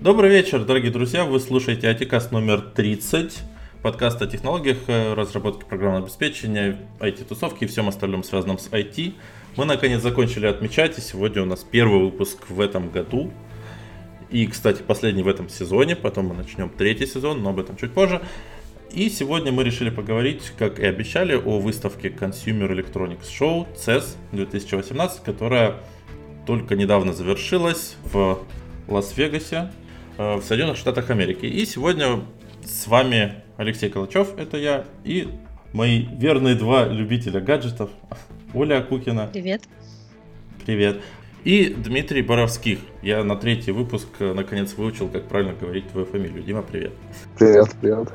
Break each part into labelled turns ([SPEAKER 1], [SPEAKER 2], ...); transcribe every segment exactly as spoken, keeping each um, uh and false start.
[SPEAKER 1] Добрый вечер, дорогие друзья, вы слушаете ай ти-каст номер тридцать, подкаст о технологиях, разработке программного обеспечения, ай ти-тусовке и всем остальном связанном с ай ти. Мы наконец закончили отмечать, и сегодня у нас первый выпуск в этом году. И, кстати, последний в этом сезоне, потом мы начнем третий сезон, но об этом чуть позже. И сегодня мы решили поговорить, как и обещали, о выставке Consumer Electronics Show си и эс две тысячи восемнадцать, которая только недавно завершилась в Лас-Вегасе, в Соединенных Штатах Америки. И сегодня с вами Алексей Калачев, это я, и мои верные два любителя гаджетов, Оля Кукина.
[SPEAKER 2] Привет.
[SPEAKER 1] Привет. И Дмитрий Боровских. Я на третий выпуск наконец выучил, как правильно говорить твою фамилию. Дима, привет.
[SPEAKER 3] Привет, привет.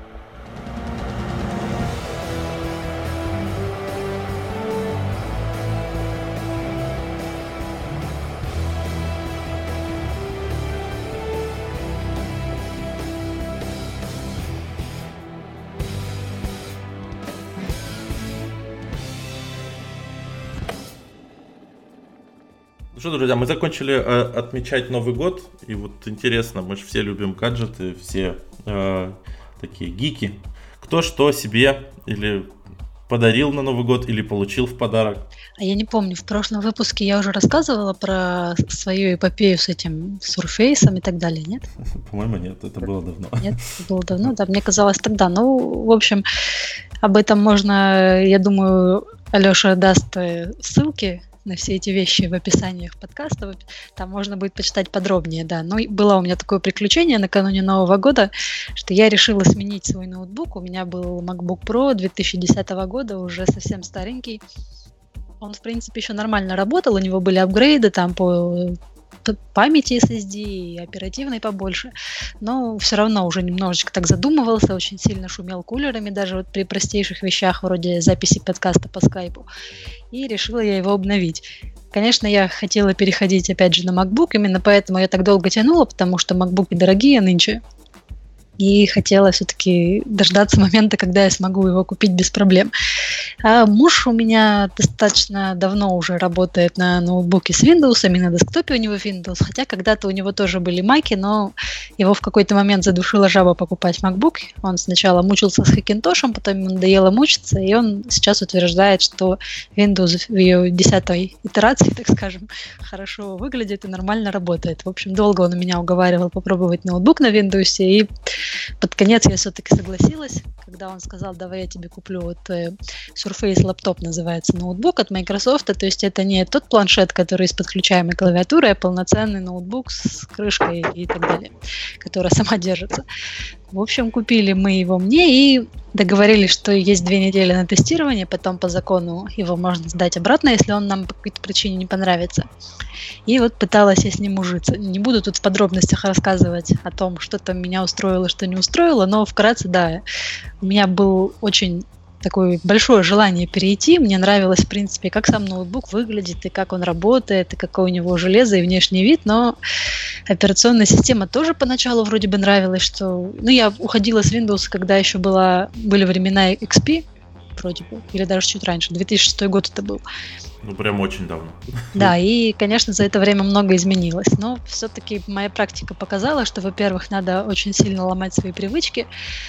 [SPEAKER 1] Ну что, друзья, мы закончили э, отмечать Новый год, и вот интересно, мы же все любим гаджеты, все э, такие гики. Кто что себе или подарил на Новый год, или получил в подарок?
[SPEAKER 2] А я не помню, в прошлом выпуске я уже рассказывала про свою эпопею с этим Surface и так далее, нет?
[SPEAKER 1] По-моему, нет, это было давно.
[SPEAKER 2] Нет, это было давно, да, мне казалось тогда. Ну, в общем, об этом можно, я думаю, Алеша даст ссылки на все эти вещи в описаниях подкаста, там можно будет почитать подробнее, да. Но было у меня такое приключение накануне Нового года, что я решила сменить свой ноутбук. У меня был MacBook Pro две тысячи десятого года, уже совсем старенький. Он, в принципе, еще нормально работал, у него были апгрейды там по памяти эс эс ди и оперативной побольше, но все равно уже немножечко так задумывался, очень сильно шумел кулерами, даже вот при простейших вещах вроде записи подкаста по скайпу, и решила я его обновить. Конечно, я хотела переходить опять же на MacBook, именно поэтому я так долго тянула, потому что MacBook'и дорогие нынче, и хотела все-таки дождаться момента, когда я смогу его купить без проблем. А муж у меня достаточно давно уже работает на ноутбуке с Windows, и на десктопе у него Windows, хотя когда-то у него тоже были Mac'и, но его в какой-то момент задушила жаба покупать MacBook. Он сначала мучился с Hackintosh'ом, потом ему надоело мучиться, и он сейчас утверждает, что Windows в ее десятой итерации, так скажем, хорошо выглядит и нормально работает. В общем, долго он меня уговаривал попробовать ноутбук на Windows, и под конец я все-таки согласилась, когда он сказал, давай я тебе куплю вот э, Surface Laptop, называется ноутбук от Microsoft, то есть это не тот планшет, который с подключаемой клавиатурой, а полноценный ноутбук с крышкой и так далее, которая сама держится. В общем, купили мы его мне и договорились, что есть две недели на тестирование, потом по закону его можно сдать обратно, если он нам по какой-то причине не понравится. И вот пыталась я с ним ужиться. Не буду тут в подробностях рассказывать о том, что там меня устроило, что не устроило, но вкратце, да, у меня был очень такое большое желание перейти. Мне нравилось, в принципе, как сам ноутбук выглядит, и как он работает, и какое у него железо, и внешний вид, но операционная система тоже поначалу вроде бы нравилась, что... Ну, я уходила с Windows, когда еще была... были времена икс пи, вроде бы, или даже чуть раньше, две тысячи шестой год это был.
[SPEAKER 1] Ну, прям очень давно.
[SPEAKER 2] Да, и, конечно, за это время много изменилось, но все-таки моя практика показала, что, во-первых, надо очень сильно ломать свои привычки,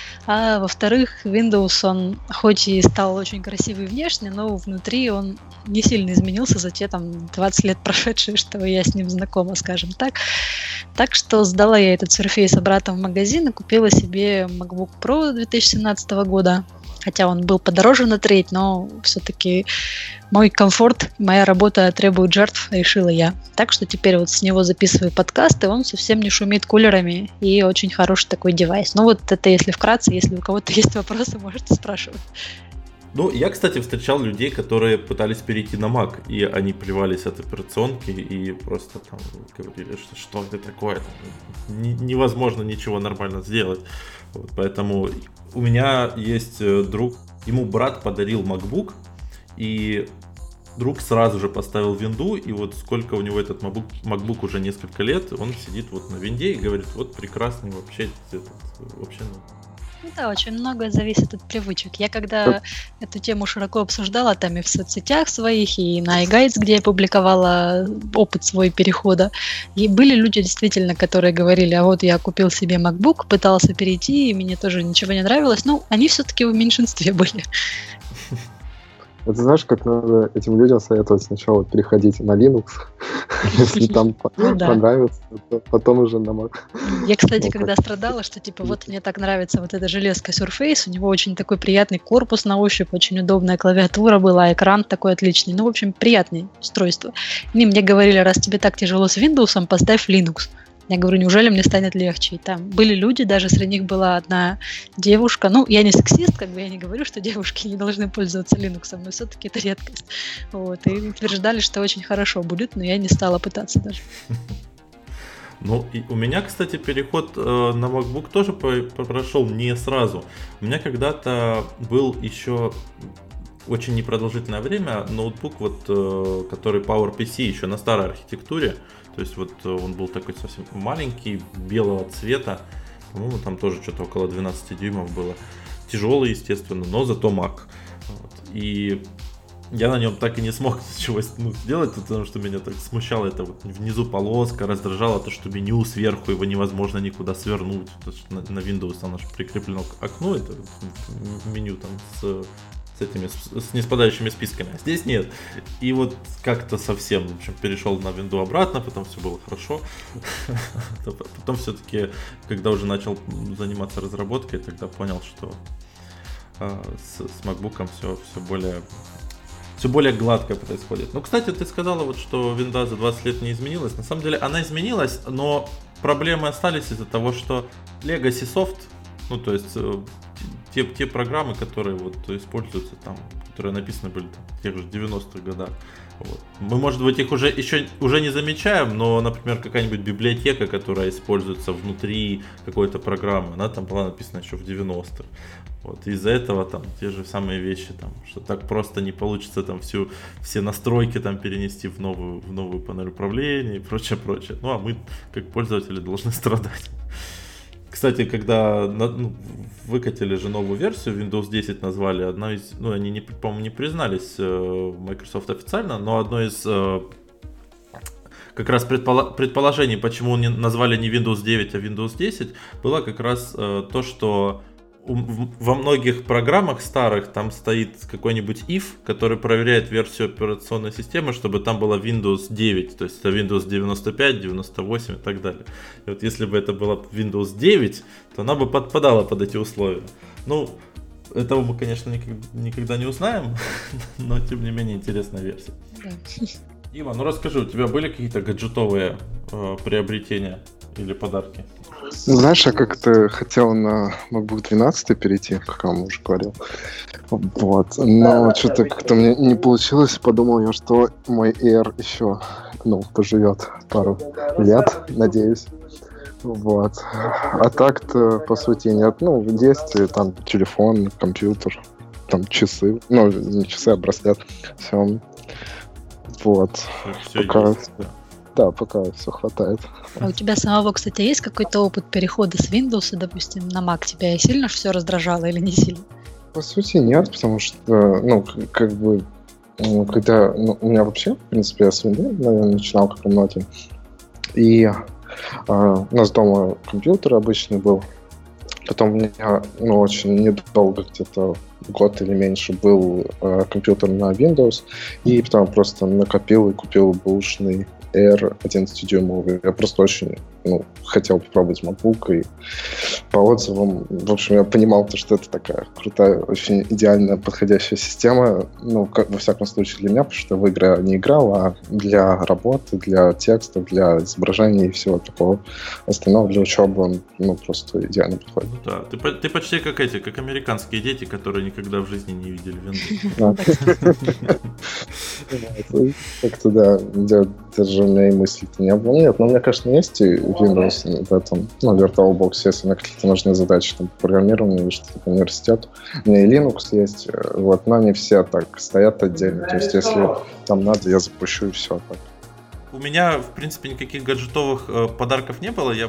[SPEAKER 2] а во-вторых, Windows, он хоть и стал очень красивый внешне, но внутри он не сильно изменился за те там двадцать лет прошедшие, что я с ним знакома, скажем так. Так что сдала я этот Surface обратно в магазин и купила себе MacBook Pro две тысячи семнадцатого года. Хотя он был подороже на треть, но все-таки мой комфорт, моя работа требует жертв, решила я. Так что теперь вот с него записываю подкаст, и он совсем не шумит кулерами, и очень хороший такой девайс. Ну вот это если вкратце, если у кого-то есть вопросы, можете спрашивать.
[SPEAKER 1] Ну, я, кстати, встречал людей, которые пытались перейти на Mac, и они плевались от операционки и просто там говорили, что что это такое, невозможно ничего нормально сделать. Вот, поэтому у меня есть друг, ему брат подарил MacBook, и друг сразу же поставил винду, и вот сколько у него этот MacBook, MacBook уже несколько лет, он сидит вот на винде и говорит, вот прекрасный вообще, этот, вообще ну,
[SPEAKER 2] Ну да, очень многое зависит от привычек. Я когда эту тему широко обсуждала там и в соцсетях своих, и на iGuides, где я публиковала опыт свой перехода, и были люди действительно, которые говорили, а вот я купил себе MacBook, пытался перейти, и мне тоже ничего не нравилось. Ну, они все-таки в меньшинстве были.
[SPEAKER 3] Вот знаешь, как надо этим людям советовать сначала переходить на Linux, если там
[SPEAKER 2] Ну да.
[SPEAKER 3] понравится, то потом уже на Mac.
[SPEAKER 2] Я, кстати,
[SPEAKER 3] Ну,
[SPEAKER 2] когда
[SPEAKER 3] как-
[SPEAKER 2] страдала, что типа вот мне так нравится вот эта железка Surface, у него очень такой приятный корпус на ощупь, очень удобная клавиатура была, экран такой отличный, ну, в общем, приятное устройство. И мне говорили, раз тебе так тяжело с Windows, поставь Linux. Я говорю, неужели мне станет легче? И там были люди, даже среди них была одна девушка. Ну, я не сексист, как бы я не говорю, что девушки не должны пользоваться Linux, но все-таки это редкость. Вот, и утверждали, что очень хорошо будет, но я не стала пытаться даже.
[SPEAKER 1] Ну, и у меня, кстати, переход э, на MacBook тоже по- по- прошел не сразу. У меня когда-то был еще очень непродолжительное время ноутбук, вот, э, который PowerPC еще на старой архитектуре. То есть вот э, он был такой совсем маленький, белого цвета. По-моему, там тоже что-то около двенадцать дюймов было. Тяжелый, естественно, но зато Mac. Вот. И я на нем так и не смог ничего ну, сделать, потому что меня так смущало это вот внизу полоска, раздражало то, что меню сверху, его невозможно никуда свернуть. Потому что на, на Windows оно же прикреплено к окну, это меню там с, с этими с, с неспадающими списками, а здесь нет. И вот как-то совсем, в общем, перешел на Windows обратно, потом все было хорошо. Потом все-таки, когда уже начал заниматься разработкой, тогда понял, что с, с MacBook'ом все, все более все более гладко происходит. Ну, кстати, ты сказала, вот, что Windows за двадцать лет не изменилась. На самом деле она изменилась, но проблемы остались из-за того, что Legacy Soft, ну, то есть те, те программы, которые вот используются там, которые написаны были там, в тех же девяностых годах. Вот. Мы, может быть, их уже еще уже не замечаем, но, например, какая-нибудь библиотека, которая используется внутри какой-то программы, она там была написана еще в девяностых. Вот. Из-за этого там те же самые вещи, там, что так просто не получится там всю, все настройки там перенести в новую, в новую панель управления и прочее, прочее. Ну, а мы, как пользователи, должны страдать. Кстати, когда ну, выкатили же новую версию, Windows десять назвали, одна из, ну, они, не, по-моему, не признались Microsoft официально, но одно из как раз предположений, почему назвали не Windows девять, а Windows десять, было как раз то, что во многих программах старых там стоит какой-нибудь if, который проверяет версию операционной системы, чтобы там была Windows девять, то есть это Windows девяносто пять, девяносто восемь и так далее. И вот если бы это была Windows девять, то она бы подпадала под эти условия. Ну, этого мы, конечно, никогда не узнаем, но тем не менее интересная версия. Има, ну расскажи, у тебя были какие-то гаджетовые э, приобретения или подарки?
[SPEAKER 3] Ну, знаешь, я как-то хотел на MacBook двенадцать перейти, как я вам уже говорил. Вот. Но что-то как-то мне не получилось. Подумал я, что мой Air еще, ну, поживет пару лет, надеюсь. Вот. А так-то, по сути, нет. Ну, в действии там телефон, компьютер, там часы. Ну, не часы, а браслет. Все. Вот.
[SPEAKER 1] Все
[SPEAKER 3] пока...
[SPEAKER 1] есть, да.
[SPEAKER 3] Да, пока все хватает.
[SPEAKER 2] А у тебя самого, кстати, есть какой-то опыт перехода с Windows, допустим, на Mac? Тебя сильно все раздражало или не сильно?
[SPEAKER 3] По сути, нет, потому что, ну, как бы, когда, ну, у меня вообще, в принципе, я с Windows, наверное, начинал, как и многие. И а, у нас дома компьютер обычный был. Потом у меня, ну, очень недолго, где-то год или меньше, был а, компьютер на Windows. И потом просто накопил и купил бэушный Air одиннадцать дюймовый. Я просто очень, ну, хотел попробовать MacBook, и по отзывам, в общем, я понимал, что это такая крутая, очень идеальная, подходящая система, ну, как, во всяком случае для меня, потому что в игры не играл, а для работы, для текста, для изображения и всего такого остального, для учебы он, ну, просто идеально подходит.
[SPEAKER 1] Ну, да, ты, ты почти как эти, как американские дети, которые никогда в жизни не видели Windows.
[SPEAKER 3] Как-то, да, даже у меня и мыслей-то не было. Нет, но у меня, конечно, есть и Windows в этом, ну, VirtualBox, если у меня какие-то нужны задачи там, по программированию или что-то по университету. У меня и Linux есть, вот, но они все так стоят отдельно. То есть, если там надо, я запущу и все. Так.
[SPEAKER 1] У меня, в принципе, никаких гаджетовых э, подарков не было. Я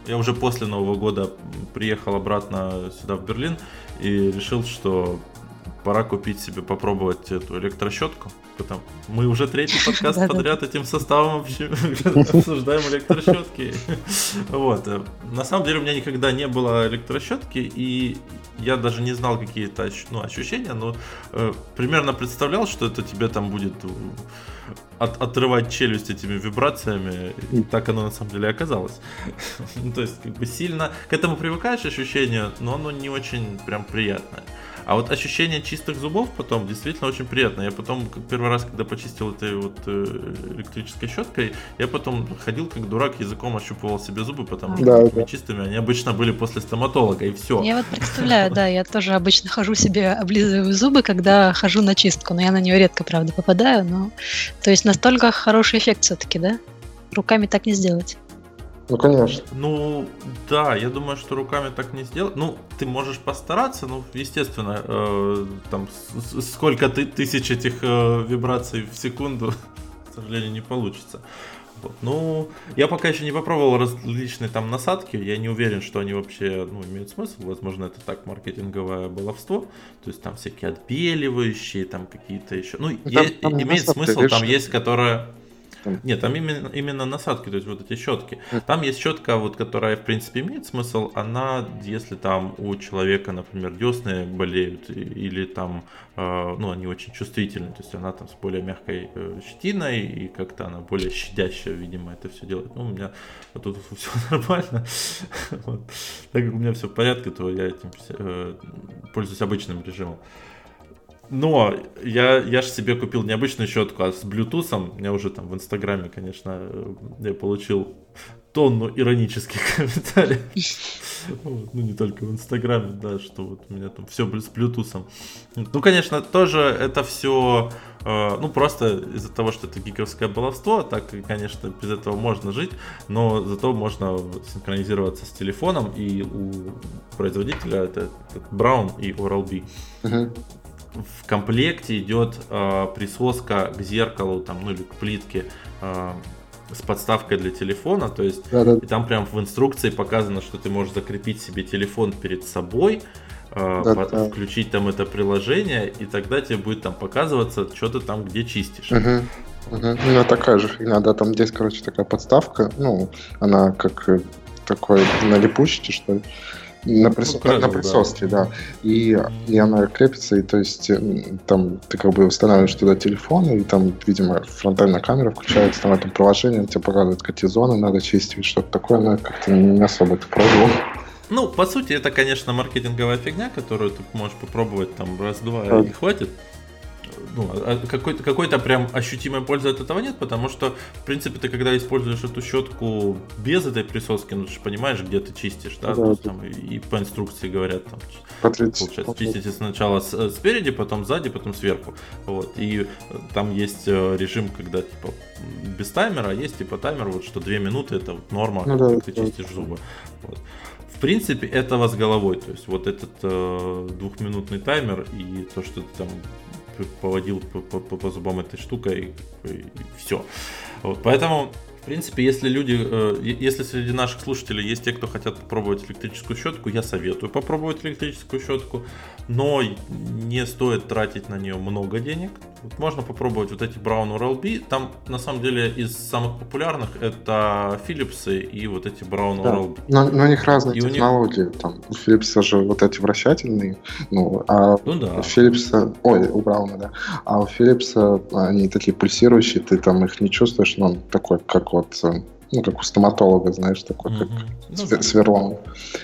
[SPEAKER 1] я уже после Нового года приехал обратно сюда, в Берлин, и решил, что пора купить себе, попробовать эту электрощетку. Потому мы уже третий подкаст подряд этим составом обсуждаем электрощетки. Вот. На самом деле у меня никогда не было электрощетки, и я даже не знал какие-то ну, ощущения, но э, примерно представлял, что это тебе там будет от, отрывать челюсть этими вибрациями, и так оно на самом деле оказалось. То есть как бы сильно к этому привыкаешь ощущение, но оно не очень прям приятное. А вот ощущение чистых зубов потом действительно очень приятно. Я потом, первый раз, когда почистил этой вот электрической щеткой, я потом ходил как дурак, языком ощупывал себе зубы, потому что
[SPEAKER 3] да,
[SPEAKER 1] такими
[SPEAKER 3] да.
[SPEAKER 1] чистыми они обычно были после стоматолога, и все.
[SPEAKER 2] Я вот представляю, да, я тоже обычно хожу себе, облизываю зубы, когда хожу на чистку, но я на нее редко, правда, попадаю, но... То есть настолько хороший эффект все-таки, да? Руками так не сделать.
[SPEAKER 3] Ну, конечно.
[SPEAKER 1] Ну, да, я думаю, что руками так не сделать. Ну, ты можешь постараться, ну, естественно, э, там, с- с- сколько ты, тысяч этих э, вибраций в секунду, к сожалению, не получится. Вот. Ну, я пока еще не попробовал различные там насадки, я не уверен, что они вообще, ну, имеют смысл. Возможно, это так, маркетинговое баловство. То есть там всякие отбеливающие, там какие-то еще. Ну,
[SPEAKER 3] Там-
[SPEAKER 1] е-
[SPEAKER 3] там
[SPEAKER 1] имеет
[SPEAKER 3] насадки,
[SPEAKER 1] смысл,
[SPEAKER 3] видишь,
[SPEAKER 1] там есть, которая...
[SPEAKER 3] там-
[SPEAKER 1] Нет, там именно, именно насадки, то есть вот эти щетки.
[SPEAKER 3] Мгм.
[SPEAKER 1] Там есть щетка, вот, которая в принципе имеет смысл. Она, если там у человека, например, десны болеют, и- или там, э, ну, они очень чувствительны, то есть она там с более мягкой э, щетиной, и как-то она более щадящая, видимо, это все делает. Ну, у меня вот тут все нормально. Вот. Так как у меня все в порядке, то я этим э, пользуюсь обычным режимом. Но я, я же себе купил не обычную щетку, а с блютусом. У меня уже там в Инстаграме, конечно, э, я получил тонну иронических комментариев. Вот, ну, не только в Инстаграме, да, что вот у меня там все с блютусом. Ну, конечно, тоже это все, э, ну, просто из-за того, что это гиковское баловство, так, конечно, без этого можно жить, но зато можно синхронизироваться с телефоном, и у производителя это, это Braun и Oral-B.
[SPEAKER 3] Мгм.
[SPEAKER 1] В комплекте идет э, присоска к зеркалу, там, ну или к плитке э, с подставкой для телефона, то есть
[SPEAKER 3] Да-да.
[SPEAKER 1] и там прям в инструкции показано, что ты можешь закрепить себе телефон перед собой, э,
[SPEAKER 3] Да,
[SPEAKER 1] под-
[SPEAKER 3] да.
[SPEAKER 1] включить там это приложение, и тогда тебе будет там показываться, что ты там где чистишь.
[SPEAKER 3] Мгм. Мгм. Ну, такая же фигня, да, там здесь, короче, такая подставка, ну, она как э, такой на липучке, что ли, на, присо-
[SPEAKER 1] Ну, крыло,
[SPEAKER 3] на
[SPEAKER 1] да.
[SPEAKER 3] присоске, да, и, и она крепится, и то есть м, там ты как бы устанавливаешь туда телефон, и там, видимо, фронтальная камера включается, там в этом приложении тебе показывают, какие зоны надо чистить, что-то такое, но я как-то не особо это пробовал.
[SPEAKER 1] Ну, по сути, это, конечно, маркетинговая фигня, которую ты можешь попробовать там раз-два
[SPEAKER 3] Да.
[SPEAKER 1] и хватит. Ну, а какой-то, какой-то прям ощутимой пользы от этого нет, потому что, в принципе, ты когда используешь эту щетку без этой присоски, ну, ты же понимаешь, где ты чистишь, да?
[SPEAKER 3] Да,
[SPEAKER 1] То есть,
[SPEAKER 3] да.
[SPEAKER 1] там, и, и по инструкции говорят, там,
[SPEAKER 3] По тридцать.
[SPEAKER 1] получается, чистите сначала с- спереди, потом сзади, потом сверху. Вот. И э, там есть э, режим, когда типа м, без таймера, а есть типа таймер, вот что две минуты это вот норма,
[SPEAKER 3] Ну
[SPEAKER 1] как
[SPEAKER 3] да,
[SPEAKER 1] ты
[SPEAKER 3] да.
[SPEAKER 1] чистишь зубы. Вот. В принципе, этого с головой. То есть вот этот э, двухминутный таймер и то, что ты там п- поводил по, по- по- по зубам этой штукой, и, все. Вот. Поэтому, в принципе, если люди, э, е- если среди наших слушателей есть те, кто хотят попробовать электрическую щетку, я советую попробовать электрическую щетку, но не стоит тратить на нее много денег. Вот можно попробовать вот эти Braun Oral-B. Там, на самом деле, из самых популярных это Philips и вот эти Braun
[SPEAKER 3] Да.
[SPEAKER 1] Oral-B.
[SPEAKER 3] Но, но у них разные
[SPEAKER 1] И у них-
[SPEAKER 3] технологии. Там у Philips же вот эти вращательные, ну, а
[SPEAKER 1] Ну да.
[SPEAKER 3] у Philips, ой, у Брауна, да. А у Philips они такие пульсирующие, ты там их не чувствуешь, но он такой, как вот, э, ну, как у стоматолога, знаешь, такой, как
[SPEAKER 1] Мгм. Ну
[SPEAKER 3] свер-
[SPEAKER 1] да.
[SPEAKER 3] сверлом.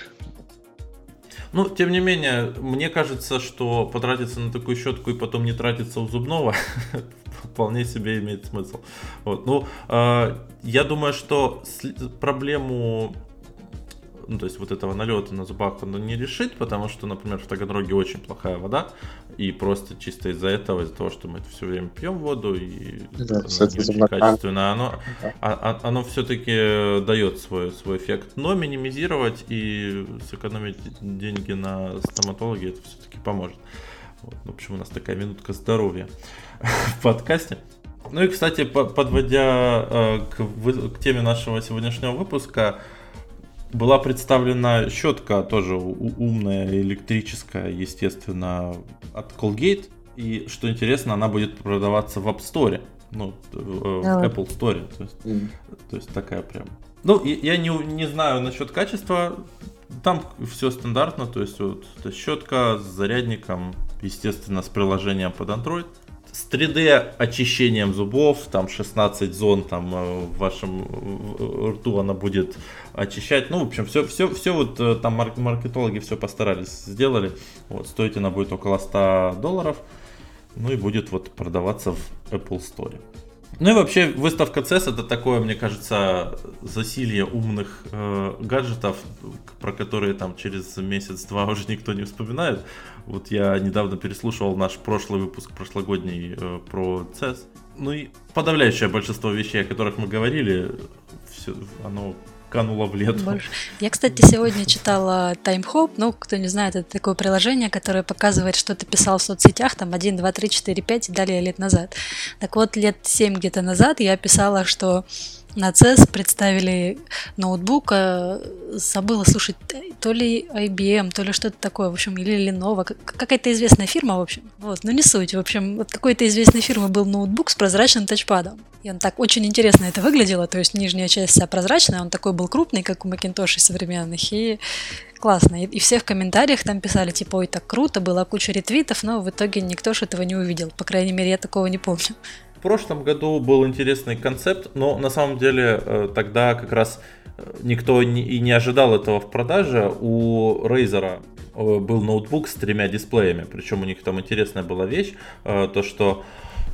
[SPEAKER 1] Ну, тем не менее, мне кажется, что потратиться на такую щетку и потом не тратиться у зубного вполне себе имеет смысл. Вот. Ну, э, я думаю, что сли- проблему, ну, то есть вот этого налета на зубах он не решит, потому что, например, в Таганроге очень плохая вода, и просто чисто из-за этого, из-за того, что мы все время пьем воду, и
[SPEAKER 3] Да,
[SPEAKER 1] она
[SPEAKER 3] кстати,
[SPEAKER 1] не очень
[SPEAKER 3] зубная кара.
[SPEAKER 1] качественная, оно,
[SPEAKER 3] Да.
[SPEAKER 1] а- а- оно все-таки дает свой, свой эффект, но минимизировать и сэкономить деньги на стоматологи это все-таки поможет. Вот. В общем, у нас такая минутка здоровья в подкасте. Ну и, кстати, по- подводя э, к, вы- к теме нашего сегодняшнего выпуска, Была представлена щетка, тоже умная, электрическая, естественно, от Colgate. И, что интересно, она будет продаваться в App Store, ну, в
[SPEAKER 2] Давай.
[SPEAKER 1] Apple Store. То есть, mm. то есть такая прям. Ну, я не, не знаю насчет качества. Там все стандартно, то есть вот щетка с зарядником, естественно, с приложением под Android. С три дэ очищением зубов, там шестнадцать зон там в вашем рту она будет очищать. Ну, в общем, все, все, все вот там маркетологи все постарались, сделали. Вот, стоить она будет около сто долларов. Ну и будет вот продаваться в Apple Store. Ну и вообще выставка си и эс это такое, мне кажется, засилье умных э, гаджетов, про которые там через месяц-два уже никто не вспоминает. Вот я недавно переслушивал наш прошлый выпуск, прошлогодний, э, про си и эс. Ну и подавляющее большинство вещей, о которых мы говорили, все, оно кануло в лету.
[SPEAKER 2] Больше. Я, кстати, сегодня читала TimeHop. Ну, кто не знает, это такое приложение, которое показывает, что ты писал в соцсетях там один, два, три, четыре, пять и далее лет назад. Так вот, лет семь где-то назад я писала, что на си и эс представили ноутбук, забыла, слушать, то ли ай би эм, то ли что-то такое, в общем, или Lenovo, какая-то известная фирма, в общем. Вот, но не суть. В общем, вот какой-то известной фирмы был ноутбук с прозрачным тачпадом. И он так очень интересно это выглядело, то есть нижняя часть вся прозрачная, он такой был крупный, как у Macintosh современных, и классно. И, и все в комментариях там писали, типа, ой, так круто, была куча ретвитов, но в итоге никто же этого не увидел. По крайней мере, я такого не помню.
[SPEAKER 1] В прошлом году был интересный концепт, но на самом деле тогда как раз никто и не ожидал этого в продаже. У Razer был ноутбук с тремя дисплеями, причем у них там интересная была вещь, то что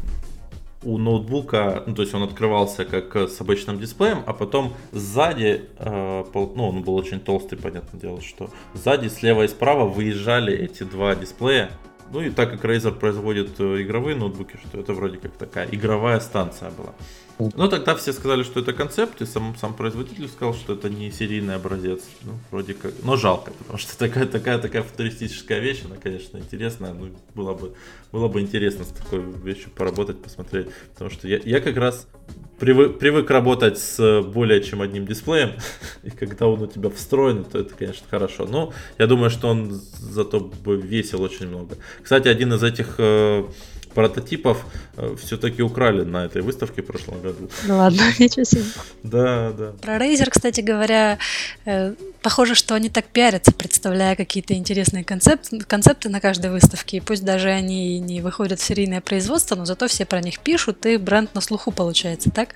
[SPEAKER 1] у ноутбука, ну то есть он открывался как с обычным дисплеем, а потом сзади, ну он был очень толстый, понятное дело, что сзади слева и справа выезжали эти два дисплея. Ну и так как Razer производит игровые ноутбуки, что это вроде как такая игровая станция была. Ну тогда все сказали, что это концепт, и сам, сам производитель сказал, что это не серийный образец. Ну, вроде как. Но жалко, потому что такая, такая, такая футуристическая вещь, она, конечно, интересная. Ну, было бы, было бы интересно с такой вещью поработать, посмотреть. Потому что я, я как раз привык, привык работать с более чем одним дисплеем, и когда он у тебя встроен, то это, конечно, хорошо. Но я думаю, что он зато бы весил очень много. Кстати, один из этих э, прототипов э, все-таки украли на этой выставке в прошлом году.
[SPEAKER 2] Ну ладно, ничего себе.
[SPEAKER 1] Да, да.
[SPEAKER 2] Про Razer, кстати говоря, э, похоже, что они так пиарятся, представляя какие-то интересные концепты, концепты на каждой выставке. И пусть даже они не выходят в серийное производство, но зато все про них пишут, и бренд на слуху получается, так?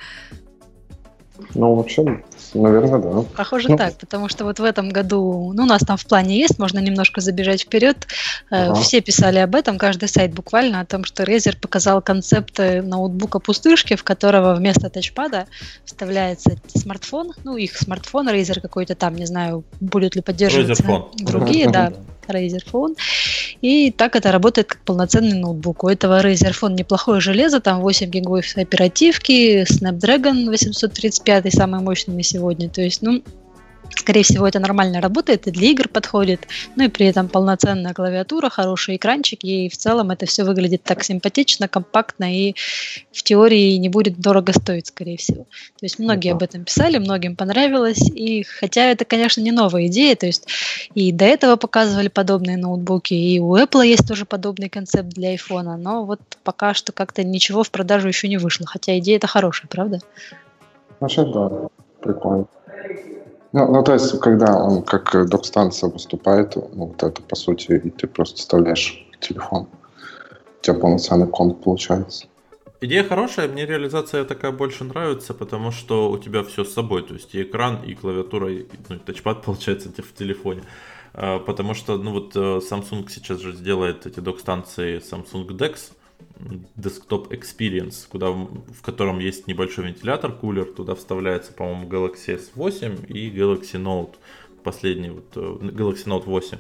[SPEAKER 3] Ну, вообще, наверное, да.
[SPEAKER 2] Похоже
[SPEAKER 3] ну,
[SPEAKER 2] так, потому что вот в этом году, ну, у нас там в плане есть, можно немножко забежать вперед. Ага. Все писали об этом, каждый сайт буквально, о том, что Razer показал концепт ноутбука-пустышки, в которого вместо тачпада вставляется смартфон, ну, их смартфон, Razer какой-то там, не знаю, будут ли поддерживаться другие, ага. да. Razer Phone. И так это работает как полноценный ноутбук. У этого Razer Phone неплохое железо, там восемь гигабайт оперативки, Snapdragon восемьсот тридцать пять, самый мощный на сегодня. То есть, ну, скорее всего, это нормально работает, и для игр подходит, ну и при этом полноценная клавиатура, хороший экранчик, и в целом это все выглядит так симпатично, компактно, и в теории не будет дорого стоить, скорее всего. То есть многие об этом писали, многим понравилось, и хотя это, конечно, не новая идея, то есть и до этого показывали подобные ноутбуки, и у Apple есть тоже подобный концепт для iPhone, но вот пока что как-то ничего в продажу еще не вышло, хотя идея-то хорошая, правда?
[SPEAKER 3] Вообще, да, прикольно. Ну, ну, то есть, когда он как док-станция выступает, ну, вот это, по сути, и ты просто вставляешь телефон. У тебя полноценный комп получается.
[SPEAKER 1] Идея хорошая, мне реализация такая больше нравится, потому что у тебя все с собой, то есть и экран, и клавиатура, и, ну, и тачпад получается в телефоне. Потому что, ну вот, Samsung сейчас же сделает эти док-станции Samsung декс, Desktop Experience, куда, в котором есть небольшой вентилятор, кулер, туда вставляется, по-моему, Galaxy эс восемь и Galaxy Note, последний, вот, Galaxy Note восемь.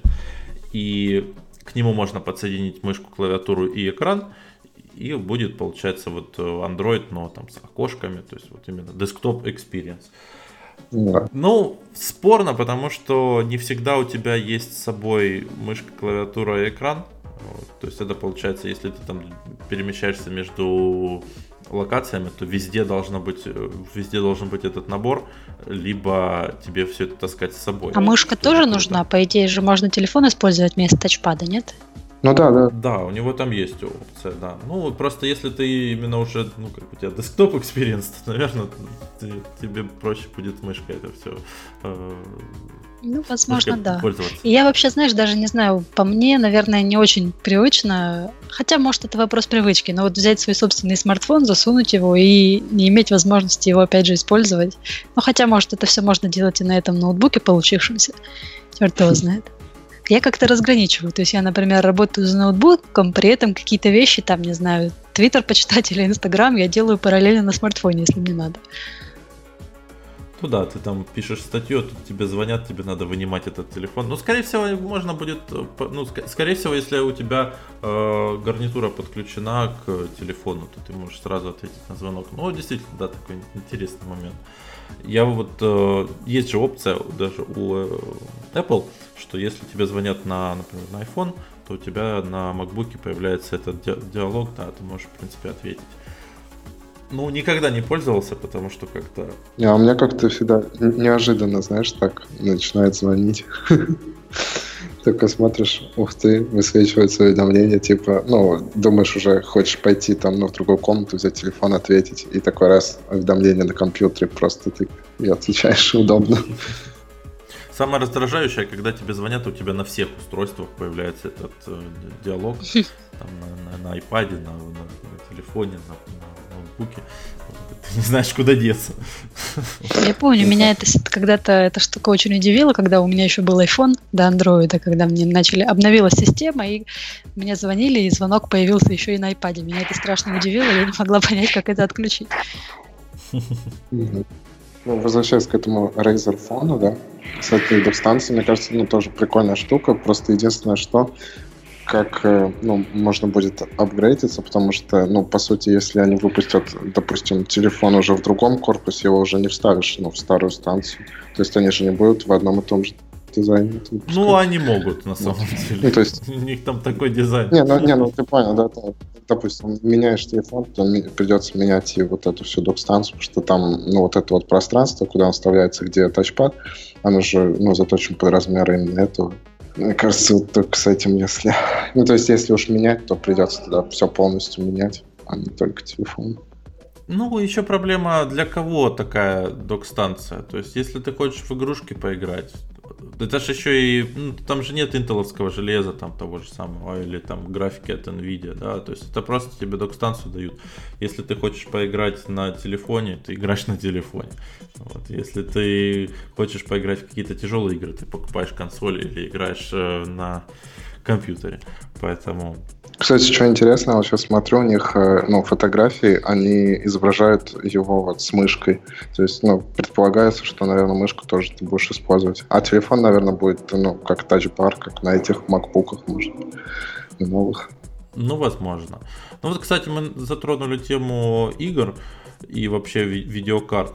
[SPEAKER 1] И к нему можно подсоединить мышку, клавиатуру и экран, и будет, получается, вот Android, но там с окошками, то есть вот именно Desktop Experience.
[SPEAKER 3] Да.
[SPEAKER 1] Ну, спорно, потому что не всегда у тебя есть с собой мышка, клавиатура и экран. Вот, то есть это получается, если ты там перемещаешься между локациями, то везде должно быть, везде должен быть этот набор, либо тебе все это таскать с собой.
[SPEAKER 2] А мышка тоже нужна? По идее же можно телефон использовать вместо тачпада, нет?
[SPEAKER 3] Ну да, да.
[SPEAKER 1] Да, у него там есть опция, да. Ну, просто если ты именно уже, ну, как у тебя десктоп экспириенс, то, наверное, ты, тебе проще будет мышкой это все э,
[SPEAKER 2] Ну, возможно, да.
[SPEAKER 1] пользоваться.
[SPEAKER 2] И я вообще, знаешь, даже не знаю, по мне, наверное, не очень привычно, хотя, может, это вопрос привычки, но вот взять свой собственный смартфон, засунуть его и не иметь возможности его, опять же, использовать. Ну, хотя, может, это все можно делать и на этом ноутбуке получившемся. Черт его знает. Я как-то разграничиваю. То есть я, например, работаю за ноутбуком, при этом какие-то вещи, там, не знаю, Твиттер почитать или Инстаграм я делаю параллельно на смартфоне, если мне надо.
[SPEAKER 1] Ну да, ты там пишешь статью, тут тебе звонят, тебе надо вынимать этот телефон. Ну, скорее всего, можно будет, ну, ск- скорее всего, если у тебя э, гарнитура подключена к телефону, то ты можешь сразу ответить на звонок. Ну, действительно, да, такой интересный момент. Я вот, э, есть же опция даже у э, Apple, что если тебе звонят на, например, на iPhone, то у тебя на MacBook появляется этот ди- диалог, да, ты можешь, в принципе, ответить. Ну, никогда не пользовался, потому что как-то...
[SPEAKER 3] Не, а у меня как-то всегда неожиданно, знаешь, так начинает звонить. Только смотришь, ух ты, высвечивается уведомление, типа, ну, думаешь уже, хочешь пойти там, ну, в другую комнату, взять телефон, ответить, и такой раз уведомление на компьютере, просто ты и отвечаешь удобно.
[SPEAKER 1] Самое раздражающее, когда тебе звонят, у тебя на всех устройствах появляется этот э, диалог, там, на, на, на iPad, на, на, на телефоне, на, на ноутбуке. Ты не знаешь, куда деться.
[SPEAKER 2] Я помню, меня это когда-то эта штука очень удивила, когда у меня еще был iPhone до Android, когда мне начали обновилась система, и мне звонили, и звонок появился еще и на iPad. Меня это страшно удивило, я не могла понять, как это отключить.
[SPEAKER 3] Ну, возвращаясь к этому Razer фону, да, кстати, док-станция, мне кажется, ну, тоже прикольная штука, просто единственное, что как, ну, можно будет апгрейдиться, потому что, ну, по сути, если они выпустят, допустим, телефон уже в другом корпусе, его уже не вставишь, ну, в старую станцию. То есть они же не будут в одном и том же дизайне.
[SPEAKER 1] Ну, они могут, на самом деле.
[SPEAKER 3] Ну, то есть...
[SPEAKER 1] У них там такой дизайн.
[SPEAKER 3] Не, ну, не, ну ты понял, да, да. Допустим, меняешь телефон, то придется менять и вот эту всю док-станцию, потому что там, ну, вот это вот пространство, куда он вставляется, где тачпад, оно же, ну, заточено под размеры именно этого. Мне кажется, вот только с этим, если... Ну, то есть, если уж менять, то придется тогда все полностью менять, а не только телефон.
[SPEAKER 1] Ну, еще проблема, для кого такая док-станция. То есть, если ты хочешь в игрушки поиграть, это же еще и... Ну, там же нет интеловского железа, там того же самого, или там графики от Nvidia, да, то есть это просто тебе док-станцию дают. Если ты хочешь поиграть на телефоне, ты играешь на телефоне. Вот. Если ты хочешь поиграть в какие-то тяжелые игры, ты покупаешь консоль или играешь э, на компьютере. Поэтому...
[SPEAKER 3] Кстати, что интересно, вот сейчас смотрю, у них, ну, фотографии, они изображают его вот с мышкой. То есть, ну, предполагается, что, наверное, мышку тоже ты будешь использовать. А телефон, наверное, будет, ну, как тачбар, как на этих макбуках, может, на новых.
[SPEAKER 1] Ну, возможно. Ну, вот, кстати, мы затронули тему игр и вообще ви- видеокарт.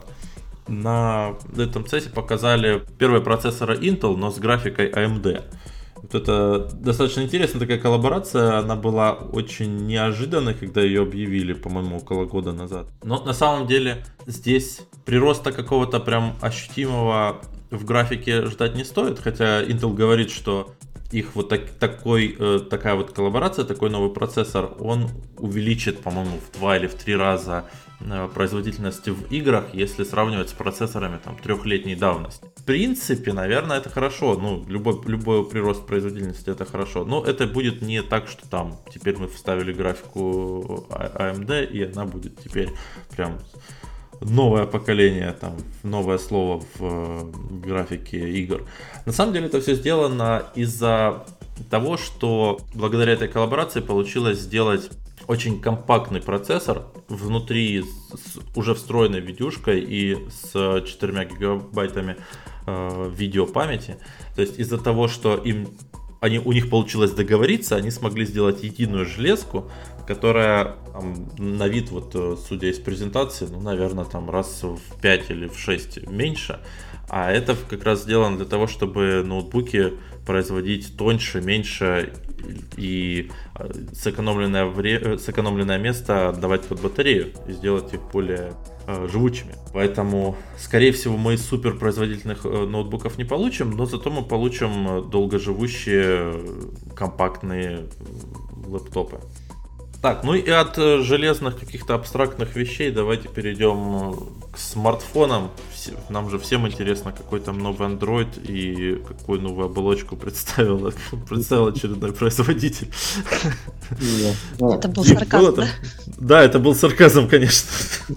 [SPEAKER 1] На этом цессе показали первые процессоры Intel, но с графикой эй эм ди. Вот это достаточно интересная такая коллаборация, она была очень неожиданной, когда ее объявили, по-моему, около года назад. Но на самом деле здесь прироста какого-то прям ощутимого в графике ждать не стоит, хотя Intel говорит, что их вот так, такой, э, такая вот коллаборация, такой новый процессор, он увеличит, по-моему, в два или в три раза э, производительность в играх, если сравнивать с процессорами там трехлетней давности. В принципе, наверное, это хорошо. Ну, любой, любой прирост производительности это хорошо. Но это будет не так, что там теперь мы вставили графику эй эм ди, и она будет теперь прям новое поколение, там, новое слово в э, графике игр. На самом деле это все сделано из-за того, что благодаря этой коллаборации получилось сделать очень компактный процессор внутри с уже встроенной видюшкой и с четырьмя гигабайтами э, видеопамяти. То есть из-за того, что им они, у них получилось договориться, они смогли сделать единую железку, которая там, на вид, вот, судя из презентации, ну, наверное, там раз в пять или в шесть меньше. А это как раз сделано для того, чтобы ноутбуки производить тоньше, меньше и сэкономленное, вре... сэкономленное место отдавать под батарею и сделать их более э, живучими. Поэтому, скорее всего, мы суперпроизводительных ноутбуков не получим, но зато мы получим долгоживущие компактные лэптопы. Так, ну и от железных каких-то абстрактных вещей давайте перейдем к смартфонам. Нам же всем интересно, какой там новый Android и какую новую оболочку представил, представил очередной производитель.
[SPEAKER 2] Это был сарказм, да?
[SPEAKER 1] Да, это был сарказм, конечно.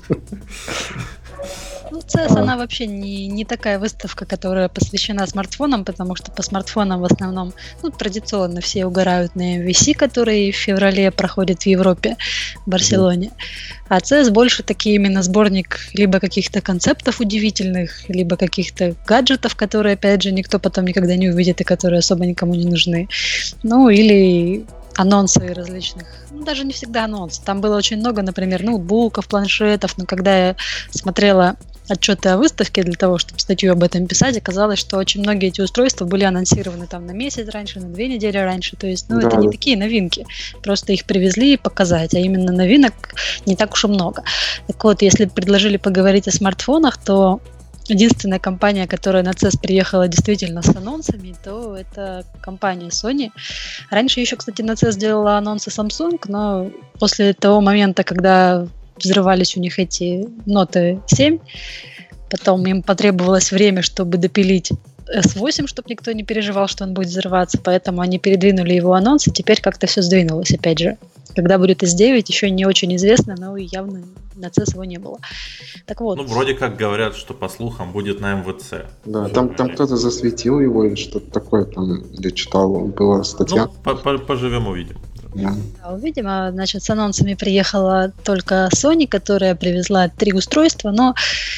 [SPEAKER 2] Ну, си и эс, она вообще не, не такая выставка, которая посвящена смартфонам, потому что по смартфонам в основном, ну, традиционно все угорают на эм ви си, который в феврале проходит в Европе, в Барселоне. А си и эс больше такие именно сборник либо каких-то концептов удивительных, либо каких-то гаджетов, которые, опять же, никто потом никогда не увидит и которые особо никому не нужны. Ну, или анонсы различных, ну, даже не всегда анонсы. Там было очень много, например, ноутбуков, планшетов, но когда я смотрела отчеты о выставке для того, чтобы статью об этом писать, оказалось, что очень многие эти устройства были анонсированы там на месяц раньше, на две недели раньше, то есть, ну, да, это не такие новинки, просто их привезли показать, а именно новинок не так уж и много. Так вот, если предложили поговорить о смартфонах, то единственная компания, которая на си и эс приехала действительно с анонсами, то это компания Sony. Раньше еще, кстати, на си и эс делала анонсы Samsung, но после того момента, когда взрывались у них эти Note семь, потом им потребовалось время, чтобы допилить эс восемь, чтобы никто не переживал, что он будет взрываться, поэтому они передвинули его анонс, и теперь как-то все сдвинулось, опять же. Когда будет эс девять, еще не очень известно, но явно на си и эс его не было. Так вот.
[SPEAKER 1] Ну, вроде как говорят, что по слухам будет на эм вэ цэ.
[SPEAKER 3] Да, там, там кто-то засветил его или что-то такое, там, я читал, была статья.
[SPEAKER 1] Ну, поживем, увидим.
[SPEAKER 2] Yeah. Да, увидим. Значит, с анонсами приехала только Sony, которая привезла три устройства, но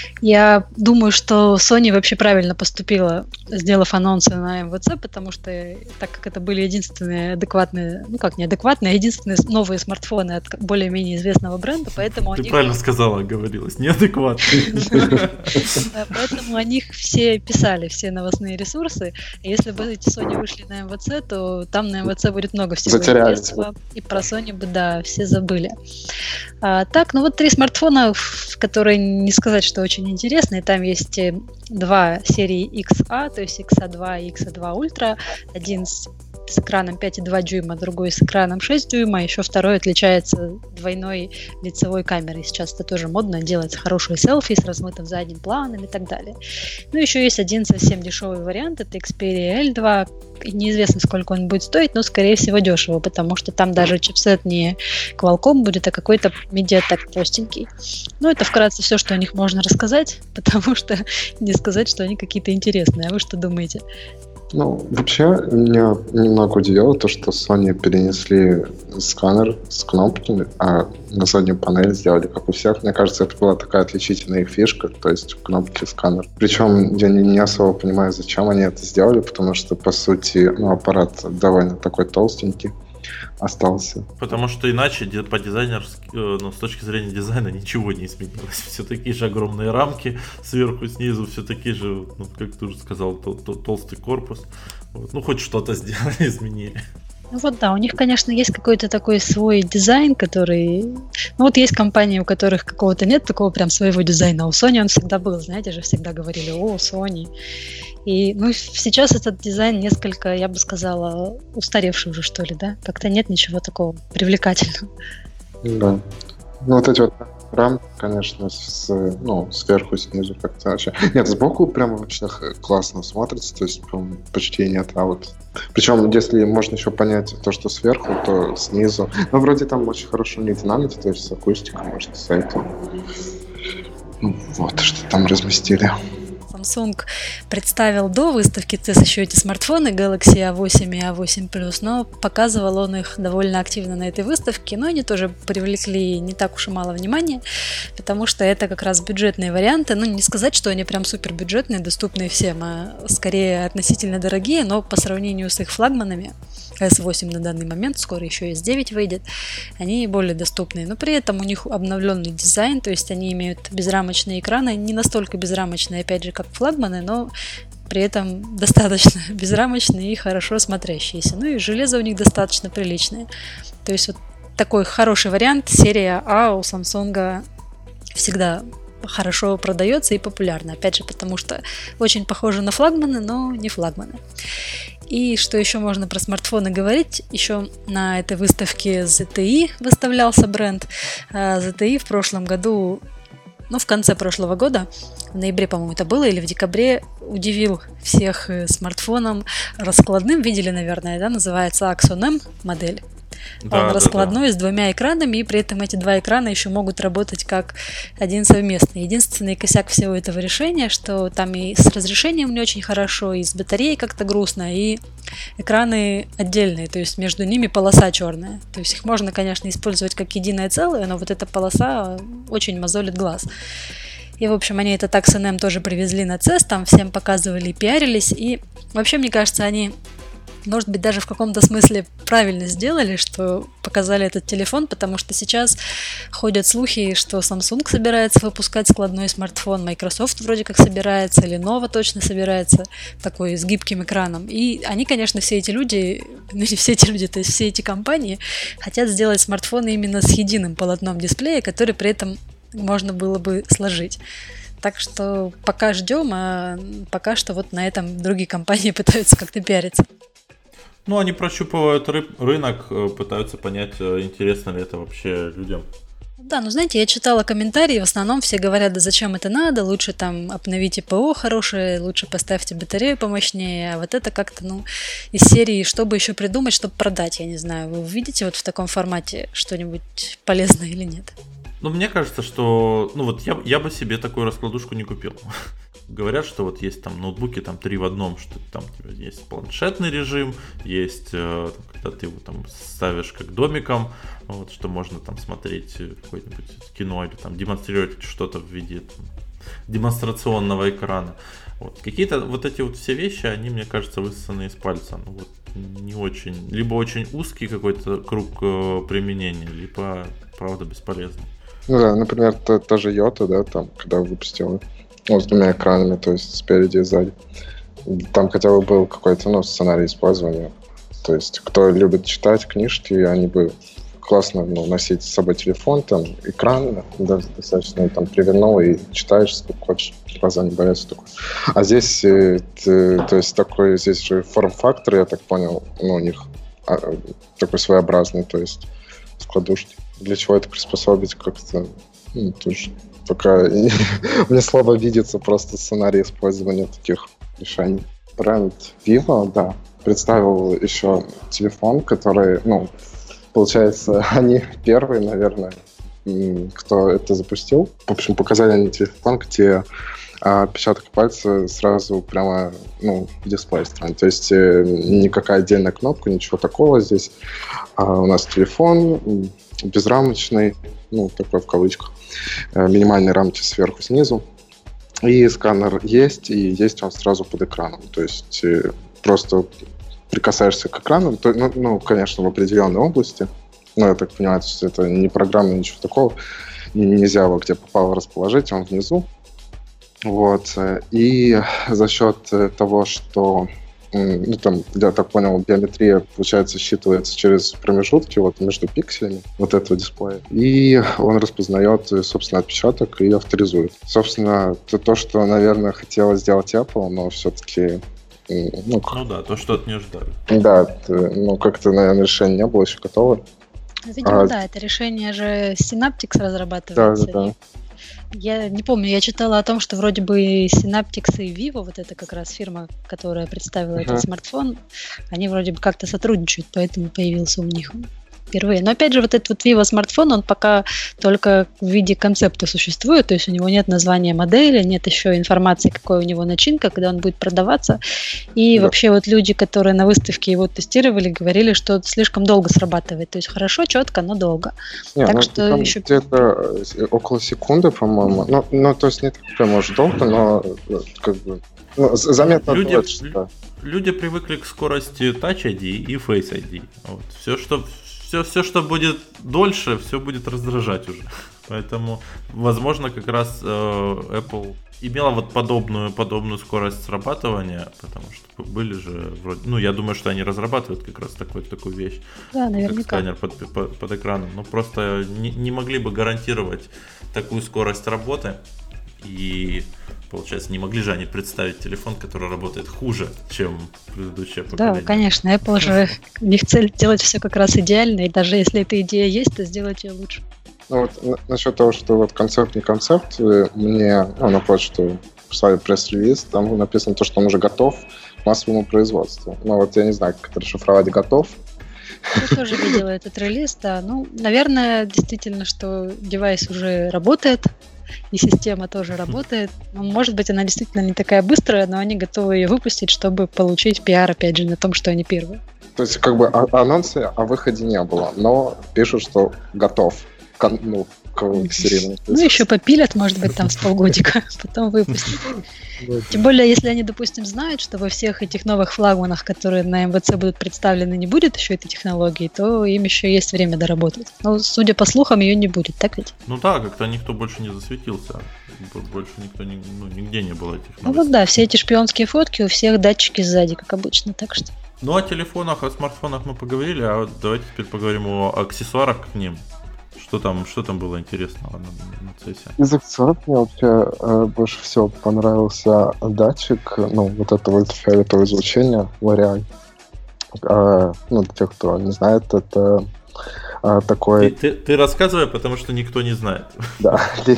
[SPEAKER 2] я думаю, что Sony вообще правильно поступила, сделав анонсы на эм вэ цэ, потому что, так как это были единственные адекватные, ну как неадекватные, а единственные новые смартфоны от более-менее известного бренда, поэтому
[SPEAKER 1] Ты
[SPEAKER 2] они...
[SPEAKER 1] правильно сказала, говорилось, неадекватные.
[SPEAKER 2] Поэтому о них все писали, все новостные ресурсы. Если бы эти Sony вышли на эм вэ цэ, то там на эм вэ цэ будет много всего интересного. И про Sony бы, да, все забыли. А, так, ну вот три смартфона, которые не сказать, что очень интересные. Там есть два серии икс эй, то есть икс эй два и икс эй два Ultra. Один с с экраном пять и два дюйма, другой с экраном шесть дюйма, еще второй отличается двойной лицевой камерой. Сейчас это тоже модно, делать хорошие селфи с размытым задним планом и так далее. Ну, еще есть один совсем дешевый вариант, это Xperia эл два. Неизвестно, сколько он будет стоить, но, скорее всего, дешево, потому что там даже чипсет не Qualcomm будет, а какой-то MediaTek простенький. Ну, это вкратце все, что о них можно рассказать, потому что не сказать, что они какие-то интересные. А вы что думаете?
[SPEAKER 3] Ну, вообще, меня немного удивило то, что Sony перенесли сканер с кнопками, а на заднюю панель сделали, как у всех. Мне кажется, это была такая отличительная их фишка, то есть кнопки сканер. Причем я не, не особо понимаю, зачем они это сделали, потому что, по сути, ну, аппарат довольно такой толстенький остался.
[SPEAKER 1] Потому что иначе по дизайнерски, ну, с точки зрения дизайна ничего не изменилось. Все такие же огромные рамки сверху, снизу, все такие же, ну, как ты уже сказал, тол- тол- толстый корпус. Вот. Ну, хоть что-то сделали, изменили.
[SPEAKER 2] Ну вот да, у них, конечно, есть какой-то такой свой дизайн, который... Ну вот есть компании, у которых какого-то нет такого прям своего дизайна. У Sony он всегда был, знаете же, всегда говорили: о, Sony. И ну, сейчас этот дизайн несколько, я бы сказала, устаревший уже, что ли, да? Как-то нет ничего такого привлекательного.
[SPEAKER 3] Да. Ну вот эти вот рамки, конечно, с, ну, сверху, снизу как-то вообще... Нет, сбоку прямо вообще классно смотрится, то есть почти нет, а вот... Причем, если можно еще понять то, что сверху, то снизу. Ну, вроде там очень хорошо у них динамика, то есть с акустикой, может, с этим. Ну, вот, что там разместили.
[SPEAKER 2] Samsung представил до выставки си и эс еще эти смартфоны Galaxy а восемь и а восемь плюс, но показывал он их довольно активно на этой выставке, но они тоже привлекли не так уж и мало внимания, потому что это как раз бюджетные варианты, ну не сказать, что они прям супер бюджетные, доступные всем, а скорее относительно дорогие, но по сравнению с их флагманами, эс восемь на данный момент, скоро еще эс девять выйдет, они более доступные, но при этом у них обновленный дизайн, то есть они имеют безрамочные экраны, не настолько безрамочные, опять же, как флагманы, но при этом достаточно безрамочные и хорошо смотрящиеся. Ну и железо у них достаточно приличное. То есть вот такой хороший вариант, серия А у Samsung всегда хорошо продается и популярна. Опять же, потому что очень похожи на флагманы, но не флагманы. И что еще можно про смартфоны говорить? Еще на этой выставке зет ти и выставлялся бренд. зет ти и в прошлом году, ну, в конце прошлого года, в ноябре, по-моему, это было, или в декабре, удивил всех смартфоном раскладным. Видели, наверное, да? Называется Axon M модель. Да, Он да, раскладной, да. с двумя экранами, и при этом эти два экрана еще могут работать как один совместный. Единственный косяк всего этого решения, что там и с разрешением не очень хорошо, и с батареей как-то грустно, и экраны отдельные, то есть между ними полоса черная. То есть их можно, конечно, использовать как единое целое, но вот эта полоса очень мозолит глаз. И, в общем, они этот Axon M тоже привезли на си и эс, там всем показывали и пиарились, и вообще, мне кажется, они... может быть, даже в каком-то смысле правильно сделали, что показали этот телефон, потому что сейчас ходят слухи, что Samsung собирается выпускать складной смартфон, Microsoft вроде как собирается, Lenovo точно собирается, такой с гибким экраном. И они, конечно, все эти люди, ну не все эти люди, то есть все эти компании хотят сделать смартфоны именно с единым полотном дисплея, который при этом можно было бы сложить. Так что пока ждем, а пока что вот на этом другие компании пытаются как-то пиариться.
[SPEAKER 1] Ну, они прощупывают ры- рынок, пытаются понять, интересно ли это вообще людям.
[SPEAKER 2] Да, ну знаете, я читала комментарии, в основном все говорят, да зачем это надо, лучше там обновите ПО хорошее, лучше поставьте батарею помощнее, а вот это как-то, ну, из серии, чтобы еще придумать, чтобы продать, я не знаю, вы увидите вот в таком формате что-нибудь полезное или нет?
[SPEAKER 1] Ну, мне кажется, что, ну вот я, я бы себе такую раскладушку не купил. Говорят, что вот есть там ноутбуки там три в одном, что там у тебя есть планшетный режим, есть, э, когда ты его там ставишь как домиком, вот, что можно там смотреть какое-нибудь кино или там демонстрировать что-то в виде там, демонстрационного экрана. Вот. Какие-то вот эти вот все вещи, они, мне кажется, высосаны из пальца. Ну, вот, не очень, либо очень узкий какой-то круг э, применения, либо, правда, бесполезный.
[SPEAKER 3] Ну да, например, та, та же Йота, да, там, когда выпустила, ну, с двумя экранами, то есть спереди и сзади. Там хотя бы был какой-то, ну, сценарий использования. То есть, кто любит читать книжки, они бы классно, ну, носить с собой телефон, там, экран, да, достаточно, там, привернул и читаешь, сколько хочешь, глаза не боятся такой. А здесь, э, ты, то есть, такой, здесь же форм-фактор, я так понял, ну, у них а, такой своеобразный, то есть, складушки. Для чего это приспособить как-то, ну, тоже пока мне слабо видится просто сценарий использования таких решений. Бренд Vivo, да, представил еще телефон, который, ну, получается, они первые, наверное, кто это запустил. В общем, показали они телефон, где отпечаток пальца сразу прямо, ну, в дисплей встроен. То есть никакая отдельная кнопка, ничего такого здесь. А у нас телефон безрамочный, ну, такой в кавычках, минимальные рамки сверху, снизу. И сканер есть, и есть он сразу под экраном. То есть просто прикасаешься к экрану, то, ну, ну, конечно, в определенной области. Но я так понимаю, что это не программа, ничего такого. Нельзя его где попало расположить, он внизу. Вот. И за счет того, что, ну, там, я так понял, биометрия, получается, считывается через промежутки вот между пикселями вот этого дисплея. И он распознает, собственно, отпечаток и авторизует. Собственно, это то, что, наверное, хотела сделать Apple, но все-таки...
[SPEAKER 1] Ну, ну да, то, что от нее ждали.
[SPEAKER 3] Да, это, ну, как-то, наверное, решение не было еще готово.
[SPEAKER 2] Видимо, а... да, это решение же Synaptics разрабатывается.
[SPEAKER 3] Да, да, да.
[SPEAKER 2] Я не помню, я читала о том, что вроде бы Synaptics и Vivo, вот это как раз фирма, которая представила uh-huh. этот смартфон, они вроде бы как-то сотрудничают, поэтому появился у них впервые. Но опять же, вот этот вот Vivo смартфон, он пока только в виде концепта существует, то есть у него нет названия модели, нет еще информации, какой у него начинка, когда он будет продаваться. И да. вообще вот люди, которые на выставке его тестировали, говорили, что слишком долго срабатывает. То есть хорошо, четко, но долго.
[SPEAKER 3] Не,
[SPEAKER 2] так
[SPEAKER 3] ну,
[SPEAKER 2] что
[SPEAKER 3] там
[SPEAKER 2] еще...
[SPEAKER 3] где-то около секунды, по-моему. Ну, ну, то есть не так прям уж долго, но как бы ну, заметно.
[SPEAKER 1] Люди,
[SPEAKER 3] будет, что...
[SPEAKER 1] люди привыкли к скорости Touch ай ди и Face ай ди. Вот. Все, что... Все, все, что будет дольше, все будет раздражать уже. Поэтому, возможно, как раз э, Apple имела вот подобную, подобную скорость срабатывания, потому что были же вроде... Ну, я думаю, что они разрабатывают как раз такой, такую вещь.
[SPEAKER 2] Да, наверняка.
[SPEAKER 1] Как сканер под, под, под экраном. Но просто не, не могли бы гарантировать такую скорость работы. И, получается, не могли же они представить телефон, который работает хуже, чем предыдущее поколение.
[SPEAKER 2] Да, конечно. Apple же... У них цель делать все как раз идеально. И даже если эта идея есть, то сделать ее лучше.
[SPEAKER 3] Ну вот на- насчет того, что вот концепт не концепт, э, мне ну, на почту прислали пресс-релиз, там написано то, что он уже готов к массовому производству. Но вот я не знаю, как это расшифровать «готов».
[SPEAKER 2] Я тоже видела этот релиз, да. Ну, наверное, действительно, что девайс уже работает, и система тоже работает. Ну, может быть, она действительно не такая быстрая, но они готовы ее выпустить, чтобы получить пиар, опять же, на том, что они первые.
[SPEAKER 3] То есть как бы а- анонса о выходе не было, но пишут, что готов к, ну, к серийному
[SPEAKER 2] Ну, еще попилят, может быть, там с полгодика, потом выпустят. Тем более, если они, допустим, знают, что во всех этих новых флагманах, которые на эм вэ цэ будут представлены, не будет еще этой технологии, то им еще есть время доработать. Но, судя по слухам, ее не будет, так ведь?
[SPEAKER 1] Ну да, как-то никто больше не засветился. Больше никто не, ну, нигде не было этих новостей.
[SPEAKER 2] Ну вот да, все эти шпионские фотки, у всех датчики сзади, как обычно, так что...
[SPEAKER 1] Ну, о телефонах, о смартфонах мы поговорили, а вот давайте теперь поговорим о аксессуарах к ним. Что там, что там было интересного на, на си и эс?
[SPEAKER 3] Из аксессуаров мне вообще э, больше всего понравился датчик, ну, вот этого ультрафиолетового излучения, Vari. Э, ну, для тех, кто не знает, это э, такой...
[SPEAKER 1] Ты, ты, ты рассказывай, потому что никто не знает.
[SPEAKER 3] Да.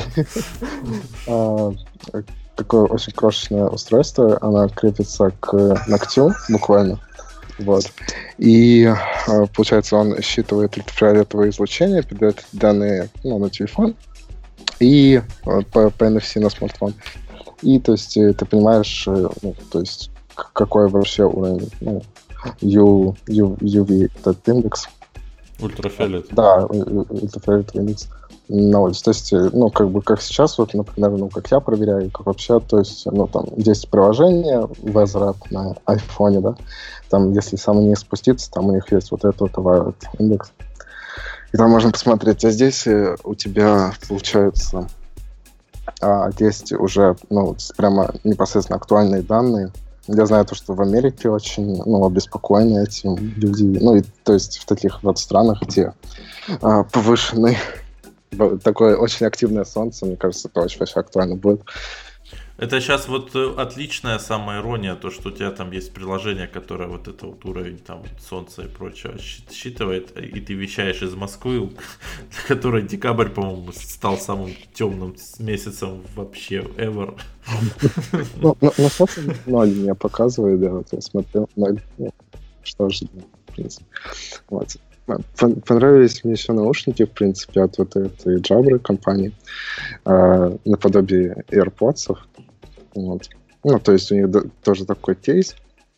[SPEAKER 3] Э, Такое очень крошечное устройство, оно крепится к ногтю буквально. Вот. И получается, он считывает ультрафиолетовое излучение, передает данные ну, на телефон и по, по эн эф си на смартфон. И то есть ты понимаешь, ну, то есть какой вообще уровень ну, ю, ю, ю ви этот индекс.
[SPEAKER 1] Ультрафиолет.
[SPEAKER 3] Да, ультрафиолетовый индекс на улице. То есть, ну, как бы, как сейчас, вот, например, ну, как я проверяю, как вообще, то есть, ну, там, есть приложение Weather App на айфоне, да, там, если самый низ спуститься, там у них есть вот этот вот индекс. И там можно посмотреть, а здесь у тебя, получается, а, есть уже, ну, прямо непосредственно актуальные данные. Я знаю то, что в Америке очень, ну, обеспокоены этим люди, ну, и, то есть, в таких вот странах, где а, повышенный такое очень активное солнце, мне кажется, это очень вообще актуально будет.
[SPEAKER 1] Это сейчас вот отличная самая ирония, то, что у тебя там есть приложение, которое вот это вот уровень там солнца и прочего считывает, и ты вещаешь из Москвы, для которой декабрь, по-моему, стал самым темным месяцем вообще ever.
[SPEAKER 3] Ну, на солнце ноль мне показывает, да, вот я смотрел, ноль, что же, в принципе, вот. Понравились мне еще наушники, в принципе, от вот этой Jabra компании, э, наподобие AirPods. Вот. Ну, то есть у них д- тоже такой кейс.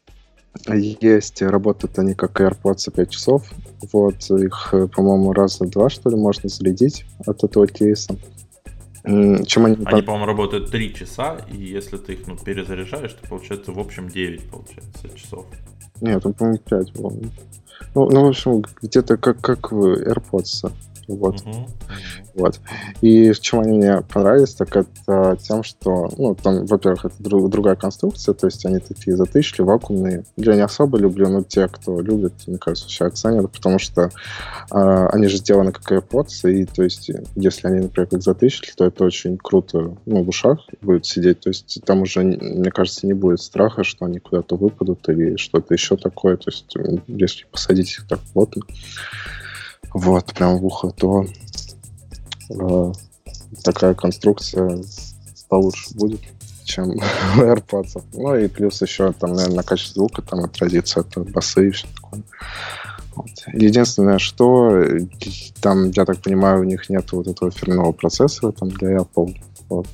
[SPEAKER 3] Есть, работают они как AirPods пять часов. Вот, их, по-моему, раза два, что ли, можно зарядить от этого кейса. Чем они...
[SPEAKER 1] Они, по-моему, работают три часа, и если ты их ну, перезаряжаешь, то получается в общем девять получается, часов.
[SPEAKER 3] Нет, он, по-моему, пять, по-моему. Ну, ну, в общем, где-то как, как в AirPods. Вот. Uh-huh. Вот. И чем они мне понравились, так это тем, что, ну, там, во-первых, это друг, другая конструкция, то есть они такие затычки, вакуумные. Я не особо люблю, но те, кто любит, мне кажется, вообще оценят, потому что э, они же сделаны как AirPods, и, то есть, если они, например, как затычки, то это очень круто, ну, в ушах будет сидеть, то есть там уже, мне кажется, не будет страха, что они куда-то выпадут или что-то еще такое, то есть если посадить их так плотно, вот, прям в ухо, то э, такая конструкция получше будет, чем у AirPods. Ну и плюс еще там, наверное, на качестве звука там отразится это басы и все такое. Вот. Единственное, что там, я так понимаю, у них нет вот этого фирменного процессора там для Apple. Вот.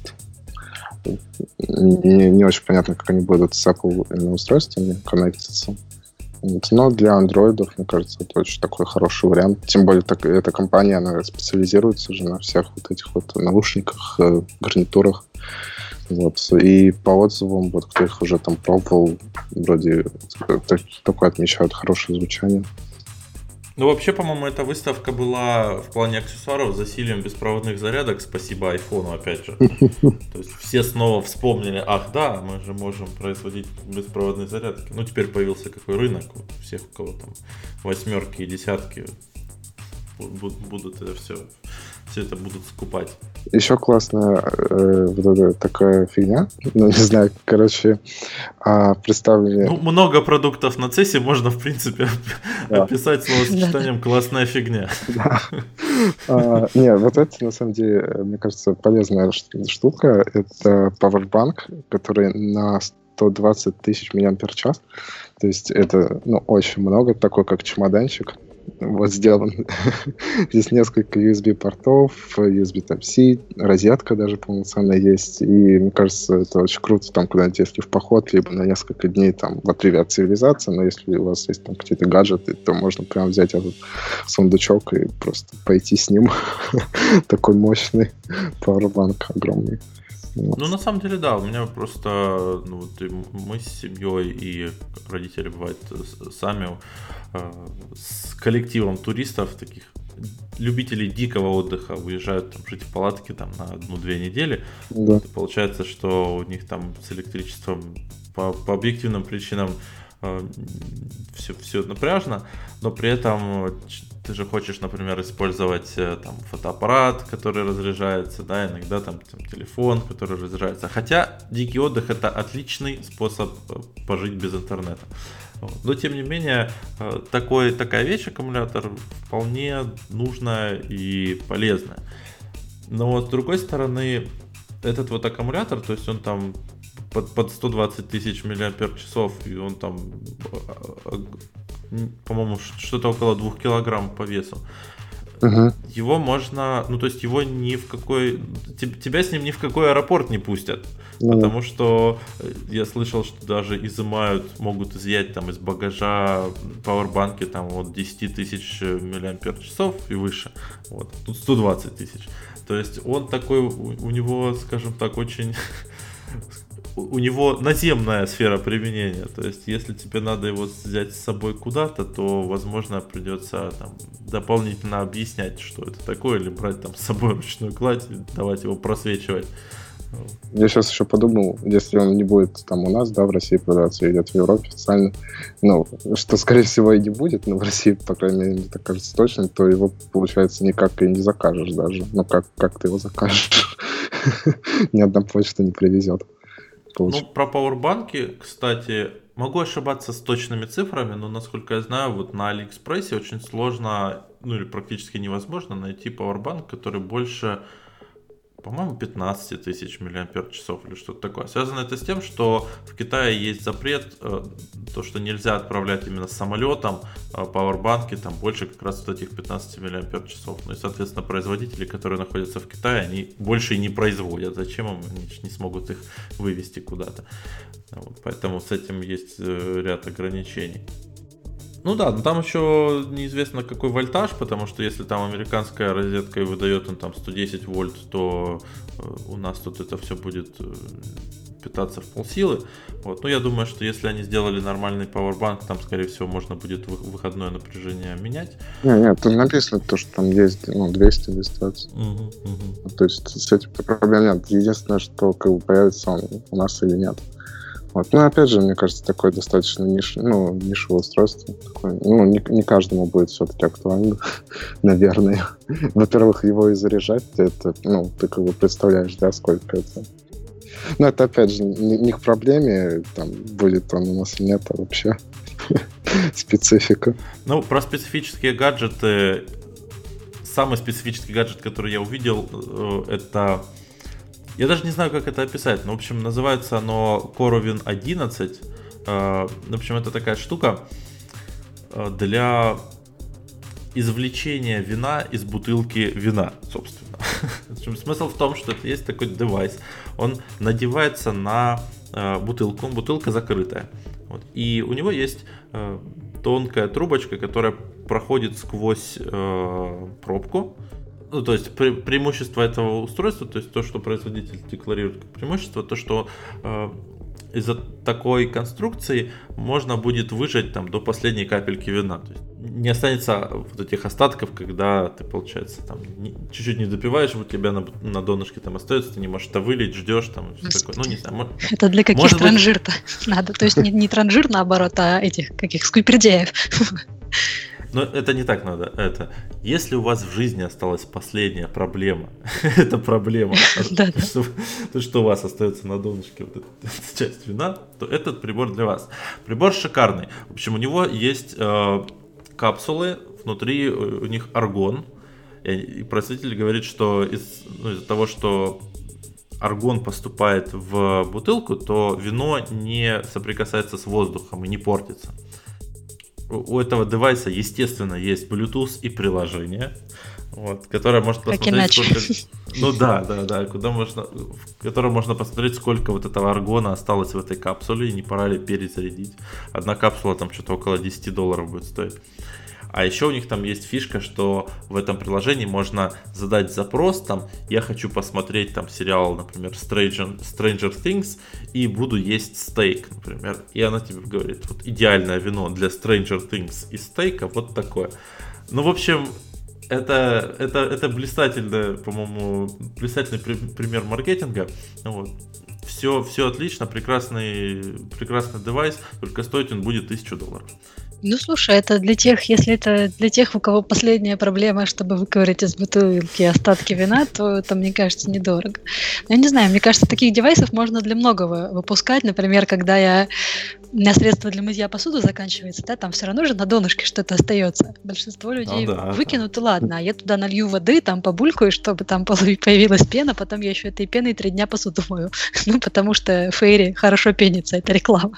[SPEAKER 3] Не, не очень понятно, как они будут с Apple устройствами коннектиться. Но для андроидов, мне кажется, это очень такой хороший вариант. Тем более, так, эта компания, она специализируется же на всех вот этих вот наушниках, э, гарнитурах. Вот. И по отзывам, вот кто их уже там пробовал, вроде так, такое отмечают хорошее звучание.
[SPEAKER 1] Ну, вообще, по-моему, эта выставка была в плане аксессуаров засилием беспроводных зарядок, спасибо айфону, опять же. То есть все снова вспомнили, ах да, мы же можем производить беспроводные зарядки. Ну, теперь появился какой рынок, вот, всех, у кого там восьмерки и десятки будут, будут это все, все это будут скупать.
[SPEAKER 3] Еще классная э, вот эта такая фигня, ну, не знаю, короче, а, представили...
[SPEAKER 1] Ну, много продуктов на цессе можно, в принципе, да. описать словосочетанием «классная фигня».
[SPEAKER 3] Да. А, не, вот это, на самом деле, мне кажется, полезная штука. Это Powerbank, который на сто двадцать тысяч мАч. То есть это, ну, очень много, такой как чемоданчик. Вот сделан. Здесь несколько ю эс би-портов, ю эс би Type-C, розетка даже полноценная есть. И мне кажется, это очень круто, там куда-нибудь, если в поход, либо на несколько дней там в отрыве от цивилизации. Но если у вас есть там какие-то гаджеты, то можно прям взять этот сундучок и просто пойти с ним. Такой мощный пауэрбанк огромный.
[SPEAKER 1] Вот. Ну, на самом деле, да, у меня просто, ну, вот и мы с семьей и родители, бывают, сами э, с коллективом туристов, таких любителей дикого отдыха, уезжают там, жить в палатке там, на одну-две недели. Да. И получается, что у них там с электричеством по, по объективным причинам э, все, все напряжно, но при этом ты же хочешь, например, использовать там фотоаппарат, который разряжается, да, иногда там, там телефон, который разряжается. Хотя дикий отдых — это отличный способ пожить без интернета. Но тем не менее, такой, такая вещь, аккумулятор, вполне нужная и полезная. Но с другой стороны, этот вот аккумулятор, то есть он там под, под сто двадцать тысяч мАч, и он там, по-моему, что-то около двух килограмм по весу. Uh-huh. Его можно, ну то есть его ни в какой, тебя с ним ни в какой аэропорт не пустят, uh-huh. потому что я слышал, что даже изымают, могут изъять там из багажа пауэрбанки там от десять тысяч мАч и выше, вот, тут сто двадцать тысяч. То есть он такой, у, у него, скажем так, очень... У него наземная сфера применения, то есть если тебе надо его взять с собой куда-то, то, возможно, придется там дополнительно объяснять, что это такое, или брать там с собой ручную кладь и давать его просвечивать.
[SPEAKER 3] Я сейчас еще подумал, если он не будет там у нас, да, в России продаваться, идет в Европе официально, ну, что, скорее всего, и не будет, но в России, по крайней мере, мне так кажется точно, то его, получается, никак и не закажешь даже. Ну, как, как ты его закажешь? Ни одна почта не привезет.
[SPEAKER 1] Ну, про пауэрбанки, кстати, могу ошибаться с точными цифрами, но, насколько я знаю, вот на Алиэкспрессе очень сложно, ну или практически невозможно найти пауэрбанк, который больше, по-моему, пятнадцать тысяч мАч или что-то такое. Связано это с тем, что в Китае есть запрет, то, что нельзя отправлять именно самолетом пауэрбанки, там больше как раз вот этих пятнадцать мАч. Ну и, соответственно, производители, которые находятся в Китае, они больше и не производят. Зачем им? Они не смогут их вывести куда-то. Вот, поэтому с этим есть ряд ограничений. Ну да, но там еще неизвестно какой вольтаж, потому что если там американская розетка и выдает он там сто десять вольт, то у нас тут это все будет питаться в полсилы. Вот. Ну я думаю, что если они сделали нормальный пауэрбанк, там скорее всего можно будет выходное напряжение менять.
[SPEAKER 3] Нет, нет, тут написано то, что там есть ну, двести двести двадцать. Угу, угу. То есть с этим проблем нет. Единственное, что как бы появится он у нас или нет. Вот. Ну, опять же, мне кажется, такое достаточно ниш, ну, нишевое устройство. Такое, ну, не, не каждому будет все-таки актуально, наверное. Во-первых, его и заряжать, это, ну, ты как бы представляешь, да, сколько это. Ну, это, опять же, не, не к проблеме, там, будет он у нас или нет, а вообще специфика.
[SPEAKER 1] Ну, про специфические гаджеты. Самый специфический гаджет, который я увидел, это... Я даже не знаю, как это описать, но, в общем, называется оно Corovin одиннадцать. В общем, это такая штука для извлечения вина из бутылки вина, собственно. В общем, смысл в том, что это есть такой девайс. Он надевается на бутылку, бутылка закрытая. Вот. И у него есть тонкая трубочка, которая проходит сквозь пробку. Ну, то есть пре- преимущество этого устройства, то есть то, что производитель декларирует как преимущество, то, что э, из-за такой конструкции можно будет выжать там до последней капельки вина. То есть не останется вот этих остатков, когда ты, получается, там не, чуть-чуть не допиваешь, у тебя на, на донышке там остается, ты не можешь это вылить, ждешь там, все такое. Ну, не знаю. Может,
[SPEAKER 2] это для каких
[SPEAKER 1] может
[SPEAKER 2] транжир-то быть... надо? То есть не, не транжир, наоборот, а этих каких скупердяев.
[SPEAKER 1] Но это не так надо. Это если у вас в жизни осталась последняя проблема, это проблема, то, что у вас остается на донышке вот эта часть вина, то этот прибор для вас. Прибор шикарный. В общем, у него есть капсулы, внутри у них аргон. И производитель говорит, что из-за того, что аргон поступает в бутылку, то вино не соприкасается с воздухом и не портится. У этого девайса, естественно, есть Bluetooth и приложение, вот, которое может посмотреть, сколько... Ну да, да, да, куда можно... в котором можно посмотреть, сколько вот этого аргона осталось в этой капсуле, и не пора ли перезарядить. Одна капсула там что-то около десять долларов будет стоить. А еще у них там есть фишка, что в этом приложении можно задать запрос, там, я хочу посмотреть там сериал, например, Stranger, Stranger Things, и буду есть стейк, например. И она тебе говорит, вот идеальное вино для Stranger Things и стейка, вот такое. Ну, в общем, это, это, это блистательный, по-моему, блистательный при- пример маркетинга. Вот. Все, все отлично, прекрасный, прекрасный девайс, только стоить он будет тысячу долларов.
[SPEAKER 2] Ну, слушай, это для тех, если это для тех, у кого последняя проблема, чтобы выковырять из бутылки остатки вина, то это, мне кажется, недорого. Но я не знаю, мне кажется, таких девайсов можно для многого выпускать. Например, когда я... у меня средство для мытья посуды заканчивается, да, там все равно же на донышке что-то остается. Большинство людей
[SPEAKER 1] ну, да,
[SPEAKER 2] выкинут, да. И ладно, а я туда налью воды, там побулькаю, чтобы там появилась пена, потом я еще этой пеной три дня посуду мою. Ну, потому что Фейри хорошо пенится, это реклама.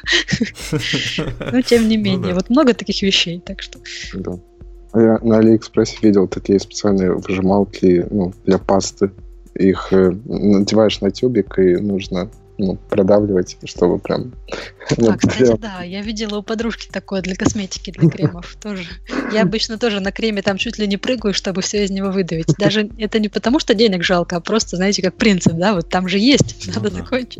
[SPEAKER 2] Но тем не менее, вот много таких вещей, так что...
[SPEAKER 3] Да. Я на Алиэкспрессе видел такие специальные выжималки, ну, для пасты. Их э, надеваешь на тюбик, и нужно, ну, продавливать, чтобы прям...
[SPEAKER 2] А, кстати, да, я видела у подружки такое для косметики, для кремов тоже. Я обычно тоже на креме там чуть ли не прыгаю, чтобы все из него выдавить. Даже это не потому, что денег жалко, а просто, знаете, как принцип, да, вот там же есть, надо
[SPEAKER 1] ну,
[SPEAKER 2] закончить.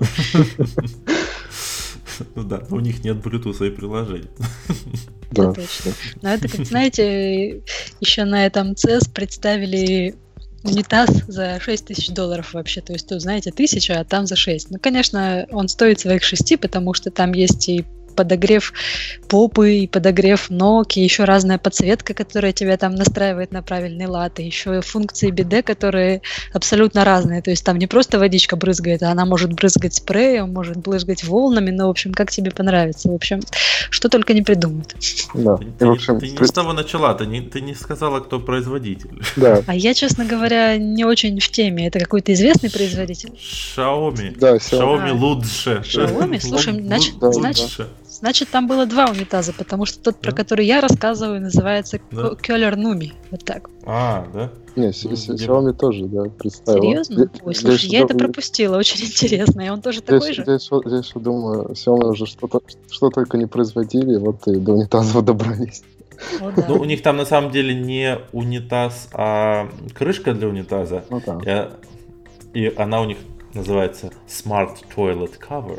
[SPEAKER 1] Ну да, у них нет Bluetooth и приложений.
[SPEAKER 3] Да,
[SPEAKER 2] точно. Но это, как знаете, еще на этом цэс представили унитаз за шесть тысяч долларов вообще. То есть тут, знаете, тысяча, а там за шесть. Ну, конечно, он стоит своих шести, потому что там есть и подогрев попы, и подогрев ног, и еще разная подсветка, которая тебя там настраивает на правильный лад, и еще функции биде, которые абсолютно разные. То есть там не просто водичка брызгает, а она может брызгать спреем, может брызгать волнами, ну, в общем, как тебе понравится. В общем, что только не придумают.
[SPEAKER 3] Да.
[SPEAKER 1] Ты,
[SPEAKER 3] в общем,
[SPEAKER 1] ты не при... с того начала, ты не, ты не сказала, кто производитель.
[SPEAKER 3] Да.
[SPEAKER 2] А я, честно говоря, не очень в теме. Это какой-то известный производитель?
[SPEAKER 1] Xiaomi.
[SPEAKER 3] Да,
[SPEAKER 1] Xiaomi
[SPEAKER 2] а,
[SPEAKER 1] лучше.
[SPEAKER 2] Xiaomi? Слушай, значит,
[SPEAKER 3] да,
[SPEAKER 2] значит,
[SPEAKER 1] да.
[SPEAKER 2] значит, там было два унитаза, потому что тот, про
[SPEAKER 1] да.
[SPEAKER 2] который я рассказываю, называется
[SPEAKER 1] да.
[SPEAKER 2] Köhler Numi. Вот так.
[SPEAKER 1] А, да?
[SPEAKER 3] Не, Xiaomi тоже, да, представила.
[SPEAKER 2] Серьезно? Ой, слушай, я это пропустила, очень интересно. И он тоже такой же?
[SPEAKER 3] Здесь, здесь, думаю, Xiaomi уже что-то, что только не производили, вот и до унитазов добрались.
[SPEAKER 2] О, да.
[SPEAKER 1] Ну, у них там на самом деле не унитаз, а крышка для унитаза.
[SPEAKER 3] Ну, да.
[SPEAKER 1] И, и она у них называется Smart Toilet Cover.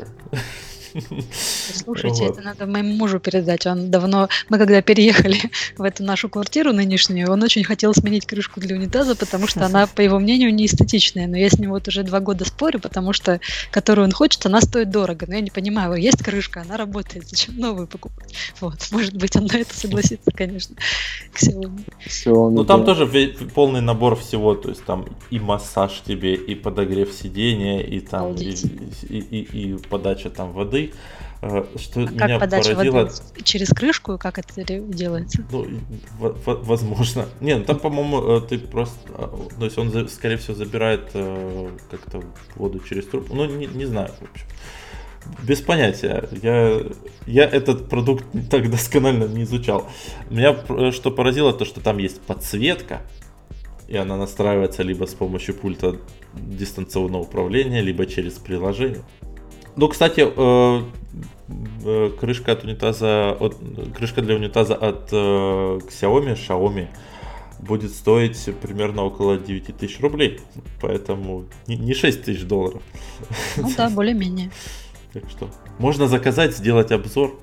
[SPEAKER 2] Слушайте, вот. Это надо моему мужу передать. Он давно, мы когда переехали в эту нашу квартиру нынешнюю, он очень хотел сменить крышку для унитаза, потому что она, по его мнению, не эстетичная. Но я с ним вот уже два года спорю, потому что, которую он хочет, она стоит дорого. Но я не понимаю, есть крышка, она работает, зачем новую покупать? Вот, может быть, он на это согласится, конечно. Xiaomi.
[SPEAKER 1] Xiaomi, ну там да. тоже полный набор всего, то есть там и массаж тебе, и подогрев сидения, и там и, и, и, и подача там воды. Что
[SPEAKER 2] а
[SPEAKER 1] меня
[SPEAKER 2] как подача
[SPEAKER 1] поразило...
[SPEAKER 2] воды? Через крышку? Как это делается?
[SPEAKER 1] Ну, в- в- возможно. Не, ну там, по-моему, ты просто... То есть он, скорее всего, забирает как-то воду через трубку. Ну, не, не знаю, в общем. Без понятия. Я, я этот продукт так досконально не изучал. Меня что поразило, то, что там есть подсветка, и она настраивается либо с помощью пульта дистанционного управления, либо через приложение. Ну, кстати, э, э, крышка от унитаза, от, крышка для унитаза от э, Xiaomi, Xiaomi будет стоить примерно около девять тысяч рублей, поэтому не, не шесть тысяч долларов.
[SPEAKER 2] Ну да, более-менее.
[SPEAKER 1] Так что можно заказать, сделать обзор.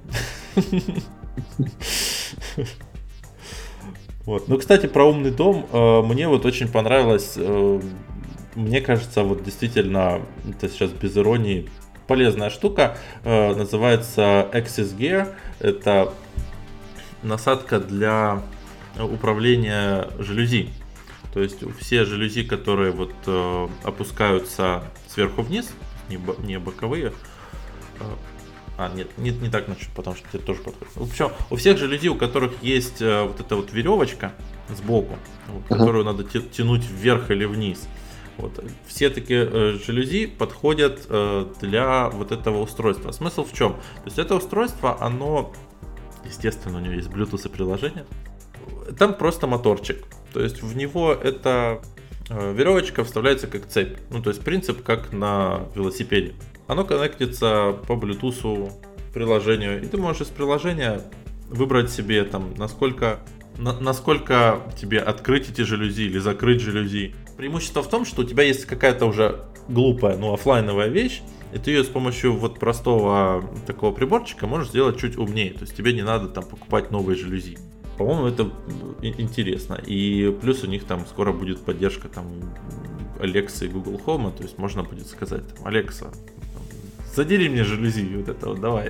[SPEAKER 1] Вот. Ну, кстати, про умный дом мне вот очень понравилось. Мне кажется, вот действительно, это сейчас без иронии, полезная штука. Называется Access Gear. Это насадка для управления жалюзи. То есть все жалюзи, которые вот э, опускаются сверху вниз, не, бо, не боковые. Э, а, нет, не, не так начну, потому что это тоже подходит. В общем, у всех жалюзи, у которых есть э, вот эта вот веревочка сбоку, вот, uh-huh. которую надо тянуть вверх или вниз. Вот, все такие э, жалюзи подходят э, для вот этого устройства. Смысл в чем? То есть это устройство, оно, естественно, у него есть Bluetooth приложение. Там просто моторчик. То есть в него эта э, веревочка вставляется как цепь. Ну, то есть принцип как на велосипеде. Оно коннектится по Bluetooth приложению. И ты можешь из приложения выбрать себе, там, насколько, на, насколько тебе открыть эти жалюзи или закрыть жалюзи. Преимущество в том, что у тебя есть какая-то уже глупая, ну, офлайновая вещь. И ты ее с помощью вот простого такого приборчика можешь сделать чуть умнее. То есть тебе не надо там покупать новые жалюзи. По-моему, это интересно. И плюс у них там скоро будет поддержка там Alexa и Google Home. То есть можно будет сказать, там, Alexa, задери мне жалюзи, вот это вот, давай.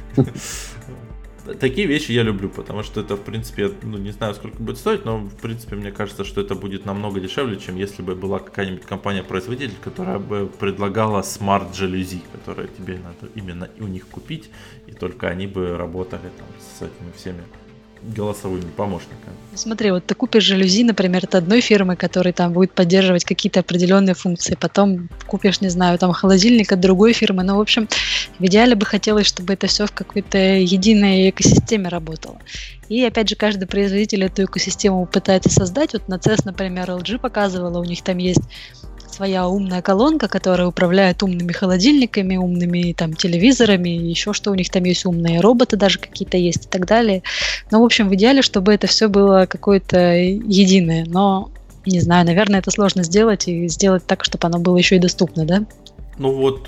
[SPEAKER 1] Такие вещи я люблю, потому что это, в принципе, ну, не знаю, сколько будет стоить, но, в принципе, мне кажется, что это будет намного дешевле, чем если бы была какая-нибудь компания-производитель, которая бы предлагала смарт-жалюзи, которые тебе надо именно у них купить, и только они бы работали там с этими всеми голосовыми помощниками.
[SPEAKER 2] Смотри, вот ты купишь жалюзи, например, от одной фирмы, которая там будет поддерживать какие-то определенные функции, потом купишь, не знаю, там холодильник от другой фирмы, ну, в общем, в идеале бы хотелось, чтобы это все в какой-то единой экосистеме работало. И, опять же, каждый производитель эту экосистему пытается создать. Вот на си и эс, например, эл джи показывала, у них там есть своя умная колонка, которая управляет умными холодильниками, умными там телевизорами, еще что у них там есть, умные роботы даже какие-то есть и так далее. Ну, в общем, в идеале, чтобы это все было какое-то единое, но, не знаю, наверное, это сложно сделать и сделать так, чтобы оно было еще и доступно, да?
[SPEAKER 1] Ну вот,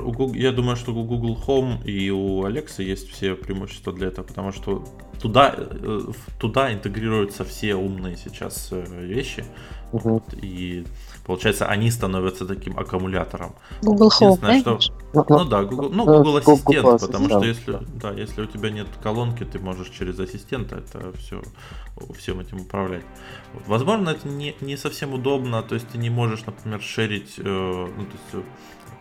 [SPEAKER 1] я думаю, что у Google Home и у Alexa есть все преимущества для этого, потому что туда, туда интегрируются все умные сейчас вещи, uh-huh. вот, и получается, они становятся таким аккумулятором.
[SPEAKER 2] Google Home, да?
[SPEAKER 1] Что... Ну да, Google, ну, Google Ассистент,
[SPEAKER 3] Google
[SPEAKER 1] потому
[SPEAKER 3] да.
[SPEAKER 1] что если, да, если у тебя нет колонки, ты можешь через ассистента это все, всем этим управлять. Вот. Возможно, это не, не совсем удобно, то есть ты не можешь, например, шерить, э, ну, то есть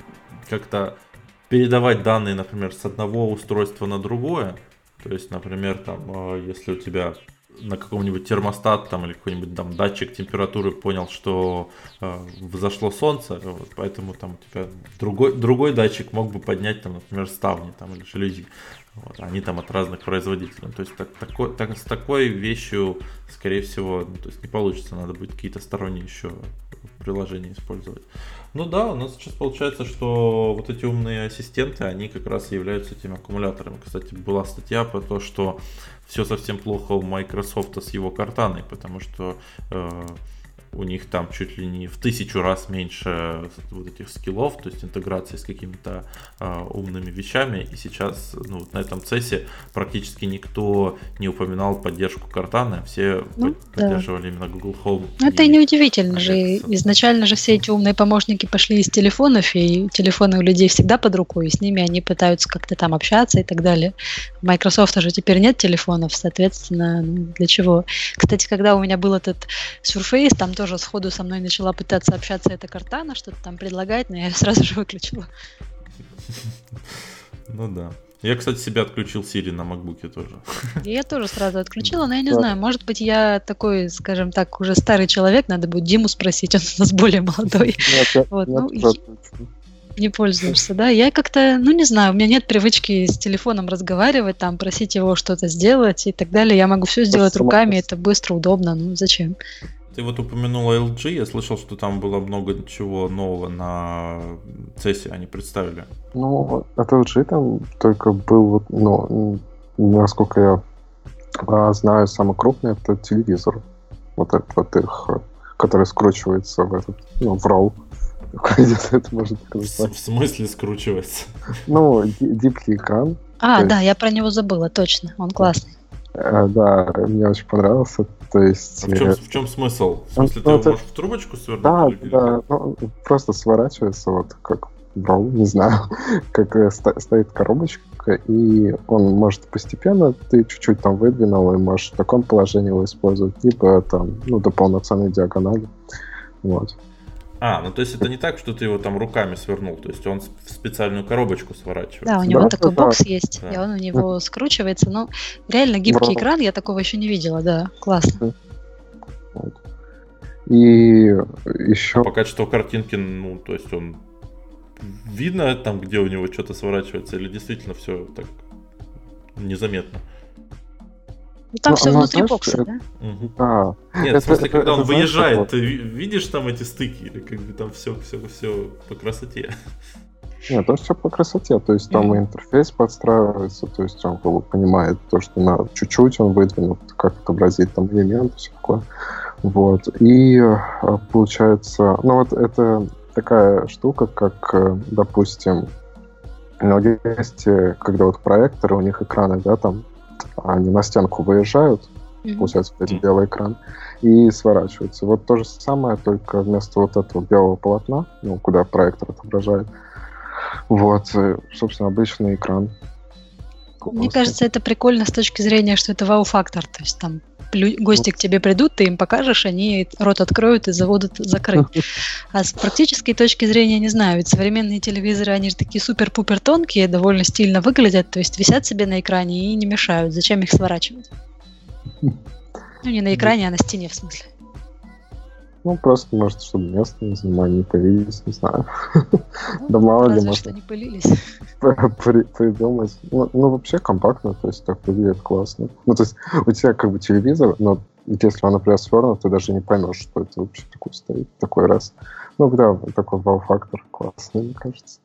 [SPEAKER 1] как-то передавать данные, например, с одного устройства на другое. То есть, например, там, э, если у тебя на каком-нибудь термостат там, или какой-нибудь там датчик температуры понял, что э, взошло солнце, вот, поэтому там у тебя другой, другой датчик мог бы поднять, там, например, ставни там, или жалюзи. Вот, они там от разных производителей. То есть так, такой, так, с такой вещью, скорее всего, ну, то есть не получится, надо будет какие-то сторонние еще приложения использовать. Ну да, у нас сейчас получается, что вот эти умные ассистенты, они как раз являются этими аккумуляторами. Кстати, была статья про то, что все совсем плохо у Microsoft с его Cortana, потому что э, у них там чуть ли не в тысячу раз меньше вот этих скиллов, то есть интеграции с какими-то э, умными вещами. И сейчас ну, вот на этом цессе практически никто не упоминал поддержку Cortana, все ну, поддерживали да. именно Google Home.
[SPEAKER 2] Это и неудивительно же. Изначально же все эти умные помощники пошли из телефонов, и телефоны у людей всегда под рукой, и с ними они пытаются как-то там общаться и так далее. У Microsoft же теперь нет телефонов, соответственно, ну, для чего? Кстати, когда у меня был этот Surface, там тоже сходу со мной начала пытаться общаться эта Cortana, что-то там предлагать, но я сразу же выключила.
[SPEAKER 1] Ну да. Я, кстати, себя отключил Siri на MacBook'е тоже.
[SPEAKER 2] Я тоже сразу отключила, но я не знаю, может быть, я такой, скажем так, уже старый человек, надо будет Диму спросить, он у нас более молодой. Вот, ну, не пользуешься, да? Я как-то, ну не знаю, у меня нет привычки с телефоном разговаривать, там, просить его что-то сделать и так далее. Я могу все сделать руками, это быстро, удобно, ну зачем?
[SPEAKER 1] Ты вот упомянула эл джи, я слышал, что там было много чего нового на цессе, они представили.
[SPEAKER 3] Ну, от эл джи там только был, ну, насколько я а, знаю, самый крупный это телевизор. Вот этот вот их, который скручивается в этот, ну, в ролл. Где-то это можно так
[SPEAKER 1] В,
[SPEAKER 3] назвать.
[SPEAKER 1] в смысле скручивается?
[SPEAKER 3] Ну, ди- гибкий экран.
[SPEAKER 2] А,
[SPEAKER 3] То
[SPEAKER 2] да,
[SPEAKER 3] есть-
[SPEAKER 2] я про него забыла, точно. Он классный.
[SPEAKER 3] Э, Да, мне очень понравился. То есть...
[SPEAKER 1] А в чем,
[SPEAKER 3] э,
[SPEAKER 1] в чем смысл? В
[SPEAKER 3] Ну,
[SPEAKER 1] смысле, ты
[SPEAKER 3] ну,
[SPEAKER 1] его
[SPEAKER 3] это-
[SPEAKER 1] можешь в трубочку свернуть?
[SPEAKER 3] Да,
[SPEAKER 1] или- или
[SPEAKER 3] да,
[SPEAKER 1] как?
[SPEAKER 3] ну, просто сворачивается, вот как брал, не знаю, как э, ста- стоит коробочка, и он может постепенно, ты чуть-чуть там выдвинул, и можешь в таком положении его использовать, либо там, ну, до полноценной диагонали. Вот.
[SPEAKER 1] А, ну то есть это не так, что ты его там руками свернул, то есть он с- в специальную коробочку сворачивается.
[SPEAKER 2] Да, у него
[SPEAKER 3] Да,
[SPEAKER 2] такой
[SPEAKER 3] да,
[SPEAKER 2] бокс есть,
[SPEAKER 1] да.
[SPEAKER 2] и он у него скручивается. Ну, реально гибкий
[SPEAKER 3] Браво.
[SPEAKER 2] экран, я такого еще не видела, да, классно.
[SPEAKER 3] Вот. И еще...
[SPEAKER 1] По качеству картинки, ну, то есть он видно там, где у него что-то сворачивается, или действительно все так незаметно?
[SPEAKER 2] Ну, там
[SPEAKER 3] Ну,
[SPEAKER 2] все
[SPEAKER 3] оно,
[SPEAKER 2] внутри
[SPEAKER 3] знаешь,
[SPEAKER 2] бокса,
[SPEAKER 3] это-
[SPEAKER 2] да?
[SPEAKER 1] Мгм.
[SPEAKER 3] А,
[SPEAKER 1] Нет,
[SPEAKER 3] Это-
[SPEAKER 1] в смысле,
[SPEAKER 3] это-
[SPEAKER 1] когда он
[SPEAKER 3] это знаешь,
[SPEAKER 1] выезжает,
[SPEAKER 3] как
[SPEAKER 1] ты ви- видишь там эти стыки, или как бы там все, все, все по красоте?
[SPEAKER 3] нет, там все по красоте, то есть там
[SPEAKER 2] Мгм.
[SPEAKER 3] и интерфейс подстраивается, то есть он как бы понимает то, что на чуть-чуть он выдвинут, как отобразить там элементы, все такое. Вот. И э, получается, ну вот это такая штука, как, э, допустим, многие есть, э, когда вот проекторы, у них экраны, да, там, они на стенку выезжают,
[SPEAKER 2] Мгм.
[SPEAKER 3] получается, вот эти
[SPEAKER 1] Мгм.
[SPEAKER 3] белый экран, и сворачиваются. Вот то же самое, только вместо вот этого белого полотна, ну, куда проектор отображает, вот, э, собственно, обычный экран.
[SPEAKER 2] Мне кажется, это прикольно с точки зрения, что это вау-фактор. То есть там лю- гости к тебе придут, ты им покажешь, они рот откроют и забудут закрыть. А с практической точки зрения, не знаю, ведь современные телевизоры, они же такие супер-пупер тонкие, довольно стильно выглядят, то есть висят себе на экране и не мешают. Зачем их сворачивать? Ну, не на экране, а на стене, в смысле.
[SPEAKER 3] Ну, просто, может, чтобы место не занимали, не появились, не знаю.
[SPEAKER 2] Ну,
[SPEAKER 3] Да мало ли,
[SPEAKER 2] разве
[SPEAKER 3] может,
[SPEAKER 2] что не пылились.
[SPEAKER 3] при- придумать. Ну, ну, вообще компактно, то есть так выглядит классно. Ну, то есть у тебя как бы телевизор, но если он, например, свернут, ты даже не поймешь, что это вообще такое стоит. Такой раз. Ну, да, такой вау-фактор классный, мне кажется.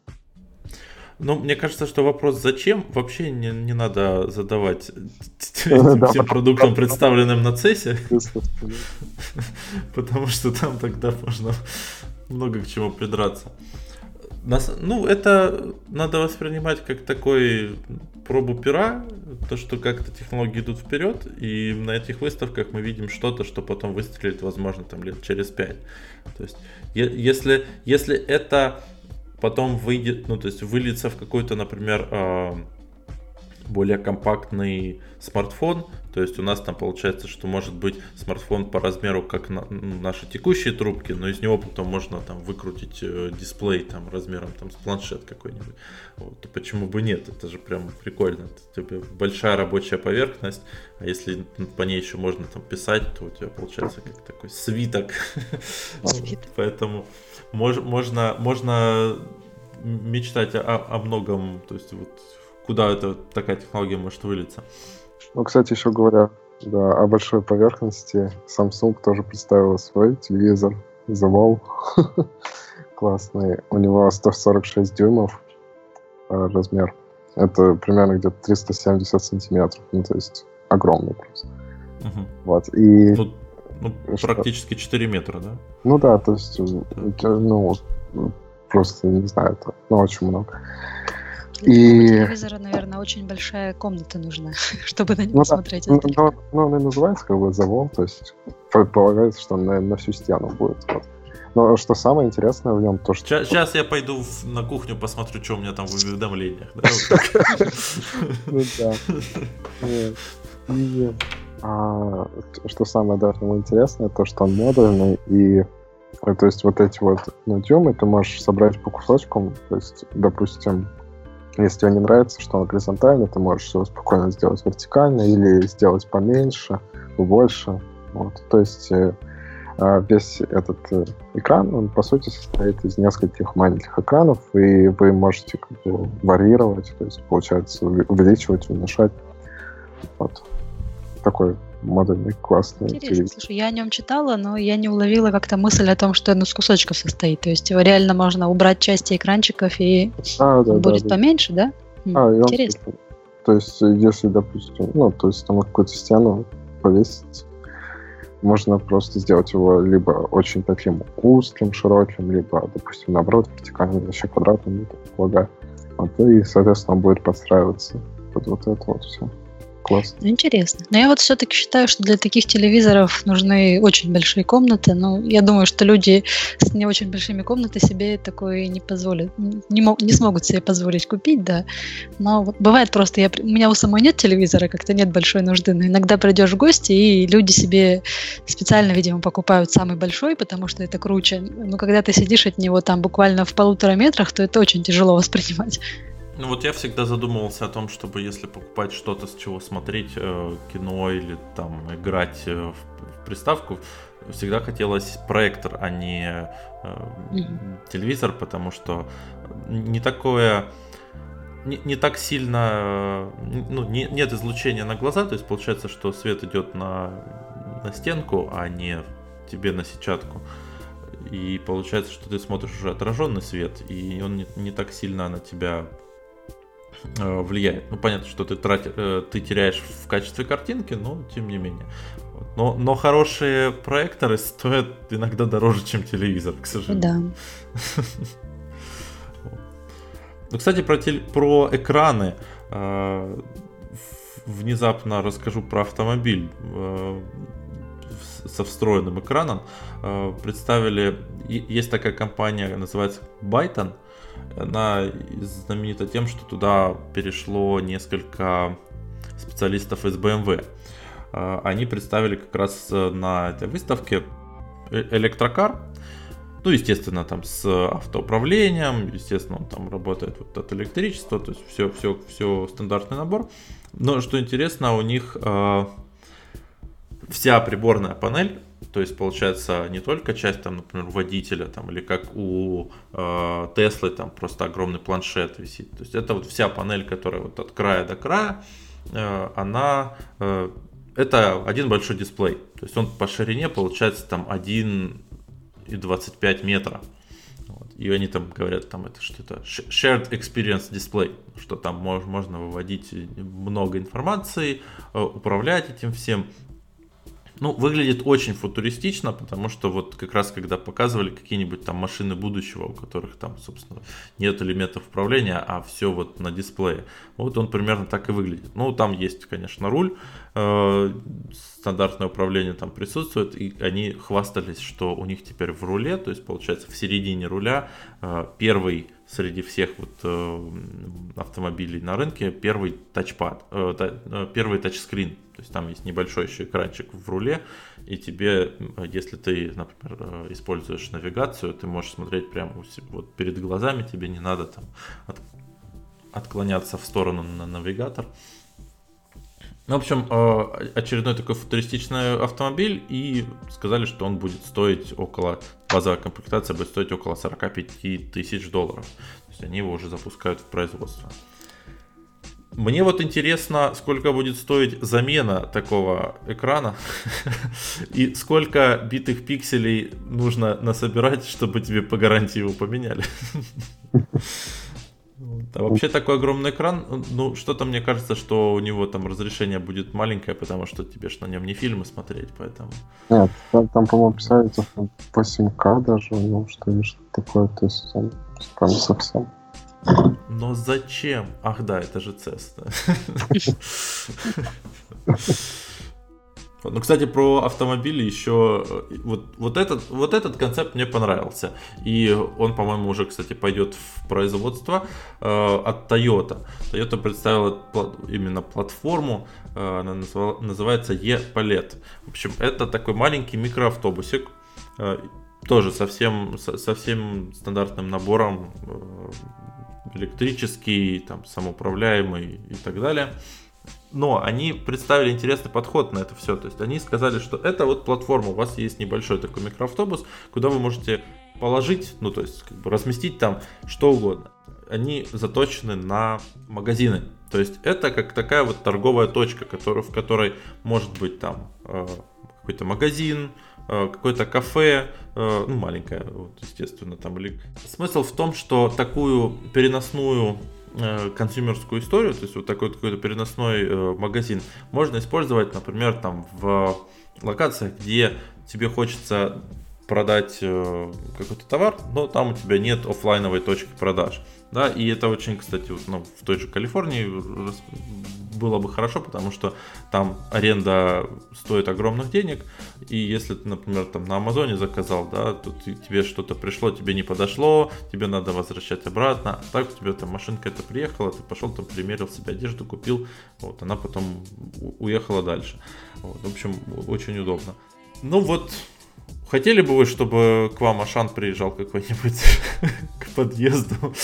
[SPEAKER 1] Ну, мне кажется, что вопрос «зачем?» вообще не, не надо задавать
[SPEAKER 3] Да,
[SPEAKER 1] этим
[SPEAKER 3] да.
[SPEAKER 1] всем продуктам, представленным на цессе,
[SPEAKER 3] Естественно.
[SPEAKER 1] потому что там тогда можно много к чему придраться. Нас- ну, это надо воспринимать как такой пробу пера, то, что как-то технологии идут вперед, и на этих выставках мы видим что-то, что потом выстрелит, возможно, там лет через пять. То есть, е- если, если это потом выйдет, ну, то есть выльется в какой-то, например, э, более компактный смартфон, то есть у нас там получается, что может быть смартфон по размеру, как на, ну, наши текущие трубки, но из него потом можно там выкрутить э, дисплей там размером там с планшет какой-нибудь. Вот, то почему бы нет? Это же прям прикольно. Это, типа, большая рабочая поверхность, а если по ней еще можно там писать, то у тебя получается как такой свиток.
[SPEAKER 2] Свиток.
[SPEAKER 1] Поэтому мож- можно, можно мечтать о, о многом, то есть вот куда эта такая технология может вылиться.
[SPEAKER 3] Ну, кстати, еще говоря, да, о большой поверхности, Samsung тоже представила свой телевизор The Wall. Классный. У него сто сорок шесть дюймов э, размер. Это примерно где-то триста семьдесят сантиметров. Ну, то есть огромный просто.
[SPEAKER 1] Мгм.
[SPEAKER 3] Вот. И,
[SPEAKER 1] Ну, ну,
[SPEAKER 3] Что?
[SPEAKER 1] практически четыре метра, да?
[SPEAKER 3] ну да, то есть, э, ну, просто, не знаю, это ну, очень много.
[SPEAKER 2] Для
[SPEAKER 3] И-
[SPEAKER 2] такого телевизора, наверное, очень большая комната нужна, чтобы на него
[SPEAKER 3] Ну да,
[SPEAKER 2] смотреть
[SPEAKER 3] Ну,
[SPEAKER 2] издалека.
[SPEAKER 3] ну, ну, он и называется как бы The Wall, то есть предполагается, что он на, на всю стену будет. Вот. Но что самое интересное в нем, то что...
[SPEAKER 1] Сейчас я пойду в- на кухню, посмотрю, что у меня там в уведомлениях. Да? Вот так.
[SPEAKER 3] Ну да. Вот. И а, т- что самое даже интересное, то что он модульный, и э, то есть вот эти вот ну, дюймы ты можешь собрать по кусочкам, то есть, допустим, если тебе не нравится, что он горизонтальный, ты можешь его спокойно сделать вертикально или сделать поменьше, побольше. Вот. То есть э, а, весь этот э, экран, он по сути состоит из нескольких маленьких экранов, и вы можете как бы варьировать, то есть получается уви- увеличивать, уменьшать. Вот. Такой модульный, классный
[SPEAKER 2] Интересно,
[SPEAKER 3] телевизор.
[SPEAKER 2] слушай, я о нем читала, но я не уловила как-то мысль о том, что он из кусочков состоит. То есть его реально можно убрать части экранчиков, и
[SPEAKER 3] А, да,
[SPEAKER 2] он
[SPEAKER 3] да,
[SPEAKER 2] будет
[SPEAKER 3] да.
[SPEAKER 2] поменьше, да? М,
[SPEAKER 3] А, и он,
[SPEAKER 2] Интересно.
[SPEAKER 3] типа, то есть, если, допустим, ну, то есть там на какую-то стену повесить, можно просто сделать его либо очень таким узким, широким, либо, допустим, наоборот, вертикальным, вообще квадратным, я так полагаю. Вот, и, соответственно, он будет подстраиваться под вот это вот все. Классно.
[SPEAKER 2] Ну, интересно. Но я вот все-таки считаю, что для таких телевизоров нужны очень большие комнаты. Но я думаю, что люди с не очень большими комнатами себе такое не позволят, не, мог, не смогут себе позволить купить, да. Но вот бывает просто, я, у меня у самой нет телевизора, как-то нет большой нужды, но иногда придешь в гости, и люди себе специально, видимо, покупают самый большой, потому что это круче. Но когда ты сидишь от него там буквально в полутора метрах, то это очень тяжело воспринимать.
[SPEAKER 1] Ну вот я всегда задумывался о том, чтобы если покупать что-то, с чего смотреть э, кино или там играть э, в, в приставку, всегда хотелось проектор, а не э, mm-hmm. телевизор, потому что не такое, не, не так сильно, ну, не, нет излучения на глаза, то есть получается, что свет идет на, на стенку, а не тебе на сетчатку. И получается, что ты смотришь уже отраженный свет, и он не, не так сильно на тебя влияет. Ну, понятно, что ты, тратишь, ты теряешь в качестве картинки, но тем не менее. Но, но хорошие проекторы стоят иногда дороже, чем телевизор, к сожалению.
[SPEAKER 2] Да.
[SPEAKER 1] Ну, кстати, про, теле, про экраны. Внезапно расскажу про автомобиль со встроенным экраном. Представили, есть такая компания, называется Byton. Она знаменита тем, что туда перешло несколько специалистов из бэ эм вэ. Они представили как раз на этой выставке электрокар. Ну, естественно, там с автоуправлением, естественно, он там работает вот от электричества, то есть все, все, все стандартный набор. Но что интересно, у них э, вся приборная панель, то есть получается не только часть там, например, водителя, там, или как у э, Теслы, там просто огромный планшет висит. То есть это вот вся панель, которая вот от края до края, э, она э, это один большой дисплей. То есть он по ширине получается там один и двадцать пять метра. Вот. И они там говорят, там это что-то shared experience display, что там мож, можно выводить много информации, управлять этим всем. Ну, выглядит очень футуристично, потому что вот как раз когда показывали какие-нибудь там машины будущего, у которых там, собственно, нет элементов управления, а все вот на дисплее. Вот он примерно так и выглядит. Ну, там есть, конечно, руль, э, стандартное управление там присутствует, и они хвастались, что у них теперь в руле, то есть, получается, в середине руля э, первый среди всех вот э, автомобилей на рынке первый тачпад, э, та, первый тачскрин. То есть там есть небольшой еще экранчик в руле, и тебе, если ты, например, используешь навигацию, ты можешь смотреть прямо вот перед глазами, тебе не надо там от, отклоняться в сторону на навигатор. В общем, очередной такой футуристичный автомобиль, и сказали, что он будет стоить около, базовая комплектация будет стоить около сорок пять тысяч долларов. То есть они его уже запускают в производство. Мне вот интересно, сколько будет стоить замена такого экрана и сколько битых пикселей нужно насобирать, чтобы тебе по гарантии его поменяли. А вообще такой огромный экран, ну что-то мне кажется, что у него там разрешение будет маленькое, потому что тебе ж на нем не фильмы смотреть, поэтому...
[SPEAKER 3] Нет, там, там по-моему, писали восемь ка даже, ну что или что-то такое, то есть там прям совсем.
[SPEAKER 1] Но зачем? Ах да, это же цес. Ну, кстати, про автомобили еще вот, вот, этот, вот этот концепт мне понравился. И он, по-моему, уже, кстати, пойдет в производство э, от Toyota. Toyota представила именно платформу, э, она назвала, называется E-Palette. В общем, это такой маленький микроавтобусик, э, тоже со всем, со, со всем стандартным набором, э, электрический, там, самоуправляемый и так далее. Но они представили интересный подход на это все. То есть они сказали, что это вот платформа, у вас есть небольшой такой микроавтобус, куда вы можете положить, ну то есть как бы разместить там что угодно. Они заточены на магазины. То есть это как такая вот торговая точка, которая, в которой может быть там э, какой-то магазин, э, какое-то кафе, э, ну маленькое, вот, естественно, там. Или... Смысл в том, что такую переносную э, консюмерскую историю, то есть вот такой какой-то переносной э, магазин, можно использовать, например, там в локациях, где тебе хочется продать э, какой-то товар, но там у тебя нет офлайновой точки продаж. Да, и это очень, кстати, вот, ну, в той же Калифорнии было бы хорошо, потому что там аренда стоит огромных денег, и если ты, например, там на Амазоне заказал, да, то ты, тебе что-то пришло, тебе не подошло, тебе надо возвращать обратно, а так у тебя там машинка это приехала, ты пошел там примерил себе одежду, купил, вот, она потом уехала дальше. Вот, в общем, очень удобно. Ну вот, хотели бы вы, чтобы к вам Ашан приезжал какой-нибудь к подъезду?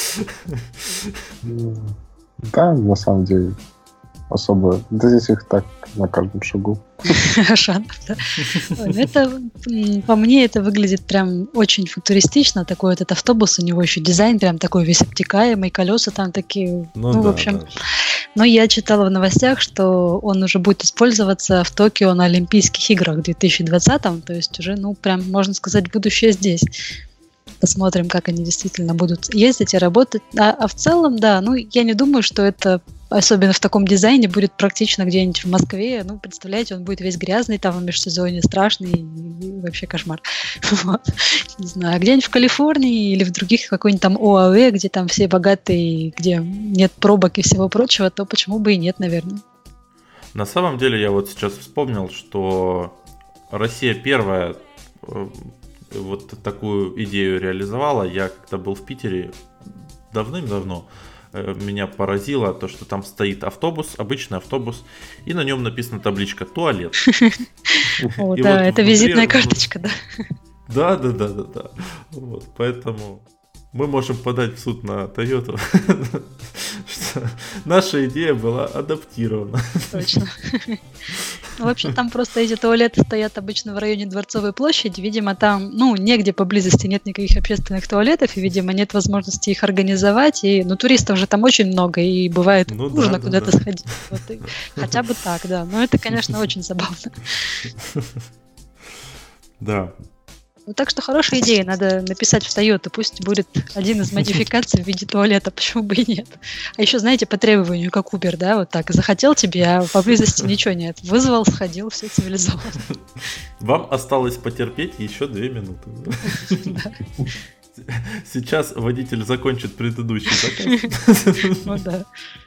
[SPEAKER 3] Да, на самом деле, особо. Да здесь их так на каждом шагу.
[SPEAKER 2] Ашанов, да. Это, по мне, это выглядит прям очень футуристично. Такой этот автобус, у него еще дизайн прям такой весь обтекаемый, колеса там такие. Ну, ну да, в общем... Да. Но я читала в новостях, что он уже будет использоваться в Токио на Олимпийских играх в две тысячи двадцатом, то есть уже, ну, прям, можно сказать, будущее здесь. Посмотрим, как они действительно будут ездить и работать. А, а в целом, да, ну, я не думаю, что это, особенно в таком дизайне, будет практично где-нибудь в Москве. Ну, представляете, он будет весь грязный, там в межсезонье страшный, и, и вообще кошмар. Вот. Не знаю, где-нибудь в Калифорнии или в других, какой-нибудь там ОАЭ, где там все богатые, где нет пробок и всего прочего, то почему бы и нет, наверное.
[SPEAKER 1] На самом деле, я вот сейчас вспомнил, что Россия первая вот такую идею реализовала. Я когда был в Питере давным-давно, меня поразило то, что там стоит автобус, обычный автобус, и на нем написана табличка «Туалет».
[SPEAKER 2] О, да, это визитная карточка, да.
[SPEAKER 1] Да, да, да, да, да. Вот, поэтому мы можем подать в суд на Toyota, что наша идея была адаптирована.
[SPEAKER 2] Точно. Ну, вообще, там просто эти туалеты стоят обычно в районе Дворцовой площади. Видимо, там, ну, негде поблизости нет никаких общественных туалетов, и, видимо, нет возможности их организовать. И, ну, туристов же там очень много, и бывает ну, нужно да, куда-то да. сходить. Вот, и, хотя бы так, да. Но это, конечно, очень забавно.
[SPEAKER 1] Да.
[SPEAKER 2] Ну, так что хорошая идея, надо написать в Toyota, пусть будет один из модификаций в виде туалета, почему бы и нет. А еще, знаете, по требованию, как Uber, да, вот так, захотел тебе, а поблизости ничего нет. Вызвал, сходил, все цивилизованно.
[SPEAKER 1] Вам осталось потерпеть еще две минуты. Сейчас водитель закончит предыдущий заказ.
[SPEAKER 2] Ну да.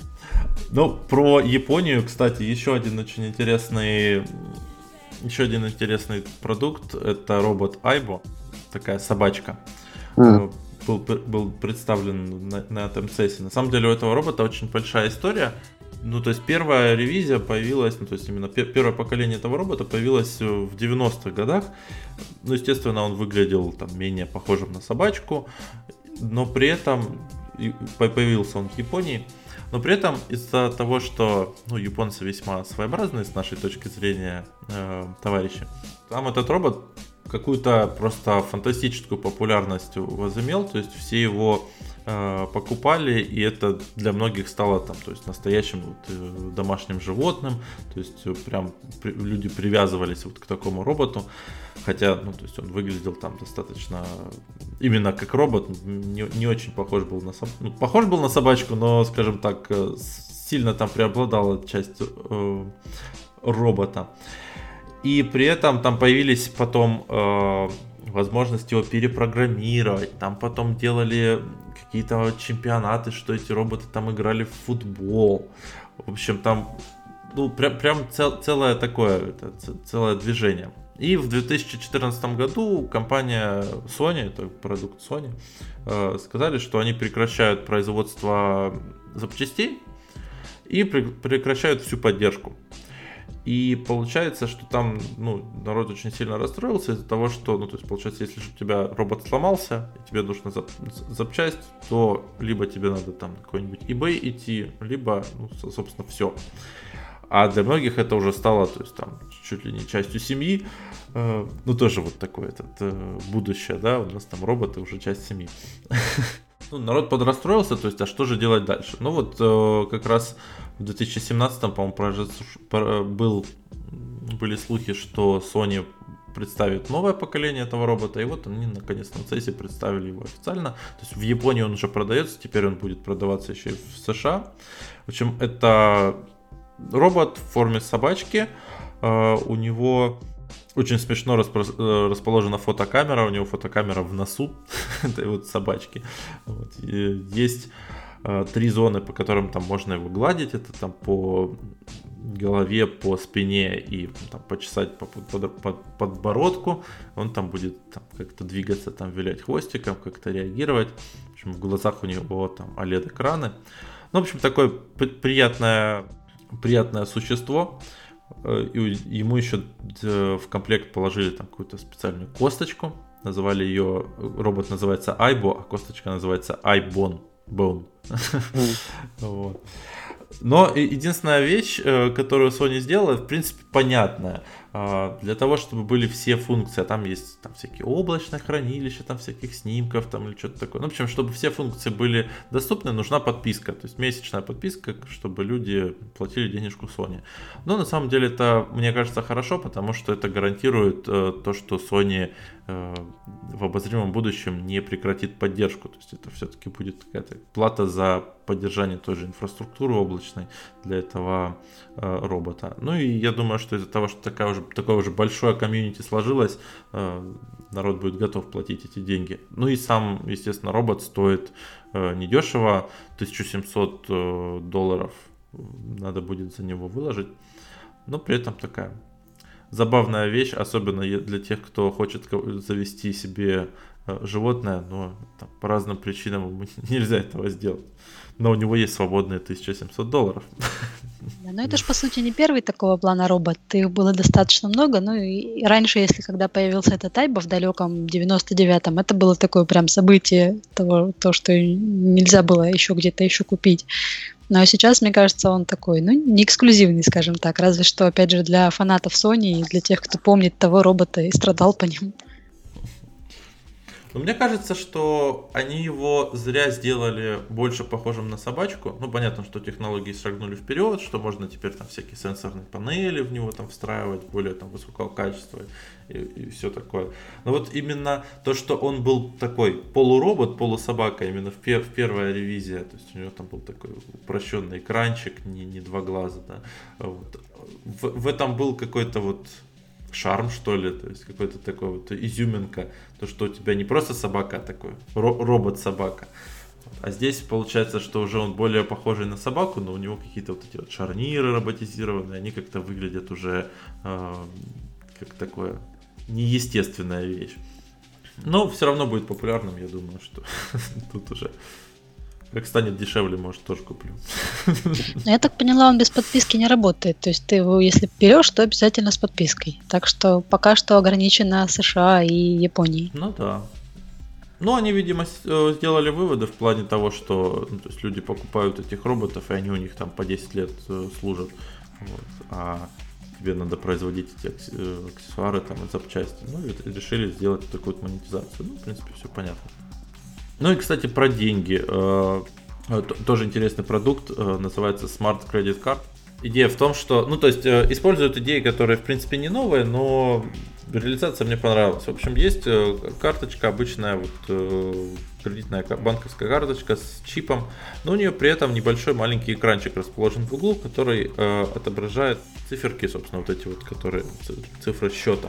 [SPEAKER 1] Ну, про Японию, кстати, еще один очень интересный... Еще один интересный продукт — это робот Aibo, такая собачка. Mm. Был, был представлен на, на этом сессии. На самом деле у этого робота очень большая история. Ну, то есть первая ревизия появилась, ну, то есть именно пер, первое поколение этого робота появилось в девяностых годах. Ну, естественно, он выглядел там менее похожим на собачку, но при этом появился он в Японии. Но при этом из-за того, что ну, японцы весьма своеобразные с нашей точки зрения э, товарищи, там этот робот какую-то просто фантастическую популярность возымел, то есть все его э, покупали, и это для многих стало там, то есть настоящим вот, э, домашним животным, то есть прям при, люди привязывались вот к такому роботу, хотя, ну, то есть он выглядел там достаточно именно как робот, не, не очень похож был на собачку, ну, похож был на собачку, но, скажем так, сильно там преобладала часть э, робота. И при этом там появились потом э, возможности его перепрограммировать. Там потом делали какие-то чемпионаты, что эти роботы там играли в футбол. В общем, там ну, прям, прям цел, целое такое, это, целое движение. И в две тысячи четырнадцатом году компания Sony, это продукт Sony, э, сказали, что они прекращают производство запчастей и при, прекращают всю поддержку. И получается, что там ну, народ очень сильно расстроился из-за того, что, ну, то есть, получается, если у тебя робот сломался, и тебе нужна зап- запчасть, то либо тебе надо там на какой-нибудь eBay идти, либо, ну, собственно, все. А для многих это уже стало, то есть, там, чуть ли не частью семьи, э, ну, тоже вот такое этот, э, будущее, да, у нас там роботы уже часть семьи. Ну, народ подрастроился, то есть, а что же делать дальше? Ну, вот э, как раз в две тысячи семнадцатом, по-моему, был, были слухи, что Sony представит новое поколение этого робота, и вот они наконец на си и эс представили его официально. То есть в Японии он уже продается, теперь он будет продаваться еще и в США. В общем, это робот в форме собачки, у него очень смешно распро- расположена фотокамера, у него фотокамера в носу этой вот собачки. Вот. Есть три зоны, по которым там можно его гладить, это там по голове, по спине и там, почесать по под, под, подбородку. Он там будет там, как-то двигаться, там, вилять хвостиком, как-то реагировать. В общем, в глазах у него там о лед экраны. Ну, в общем, такое приятное, приятное существо. И ему еще в комплект положили там какую-то специальную косточку. Называли ее, робот называется Aibo, а косточка называется iBone. Bone. Mm. Вот. Но единственная вещь, которую Sony сделала, в принципе, понятная. Для того, чтобы были все функции, а там есть там всякие облачные хранилища, там всяких снимков, там или что-то такое. Ну, в общем, чтобы все функции были доступны, нужна подписка, то есть месячная подписка, чтобы люди платили денежку Sony. Но на самом деле это, мне кажется, хорошо, потому что это гарантирует э, то, что Sony э, в обозримом будущем не прекратит поддержку. То есть это все-таки будет какая-то плата за поддержание той же инфраструктуры облачной для этого э, робота. Ну и я думаю, что из-за того, что такая уже, такое уже большое комьюнити сложилось, э, народ будет готов платить эти деньги. Ну и сам, естественно, робот стоит э, недешево, тысяча семьсот э, долларов надо будет за него выложить, но при этом такая забавная вещь, особенно для тех, кто хочет завести себе животное, но там, по разным причинам ему нельзя этого сделать. Но у него есть свободные тысяча семьсот долларов.
[SPEAKER 2] Да, но это же, по сути, не первый такого плана робот. Их было достаточно много. Ну и раньше, если когда появился этот Aibo в далеком девяносто девятом, это было такое прям событие, того, то, что нельзя было еще где-то еще купить. Но сейчас, мне кажется, он такой, ну, не эксклюзивный, скажем так. Разве что, опять же, для фанатов Sony и для тех, кто помнит того робота и страдал по нему.
[SPEAKER 1] Но мне кажется, что они его зря сделали больше похожим на собачку. Ну, понятно, что технологии шагнули вперед, что можно теперь там всякие сенсорные панели в него там встраивать, более там высокого качества и, и все такое. Но вот именно то, что он был такой полуробот, полусобака, именно в, пер, в первая ревизия, то есть у него там был такой упрощенный экранчик, не, не два глаза, да. Вот. В, в этом был какой-то вот шарм, что ли, то есть какой-то такой вот изюминка, то, что у тебя не просто собака, а такой ро- робот-собака. А здесь получается, что уже он более похожий на собаку, но у него какие-то вот эти вот шарниры роботизированные, они как-то выглядят уже э, как такое неестественная вещь. Но все равно будет популярным, я думаю, что тут уже как станет дешевле, может, тоже куплю.
[SPEAKER 2] Я так поняла, он без подписки не работает. То есть ты его, если берешь, то обязательно с подпиской. Так что пока что ограничено США и Японией.
[SPEAKER 1] Ну да. Ну, они, видимо, сделали выводы в плане того, что ну, то есть люди покупают этих роботов, и они у них там по десять лет служат. Вот, а тебе надо производить эти аксессуары там, и запчасти. Ну, и решили сделать такую вот монетизацию. Ну, в принципе, все понятно. Ну и, кстати, про деньги. Тоже интересный продукт, называется Smart Credit Card. Идея в том, что, ну то есть используют идеи, которые в принципе не новые, но реализация мне понравилась. В общем, есть карточка обычная, вот кредитная банковская карточка с чипом, но у нее при этом небольшой маленький экранчик расположен в углу, который отображает циферки, собственно, вот эти вот, которые цифры счета.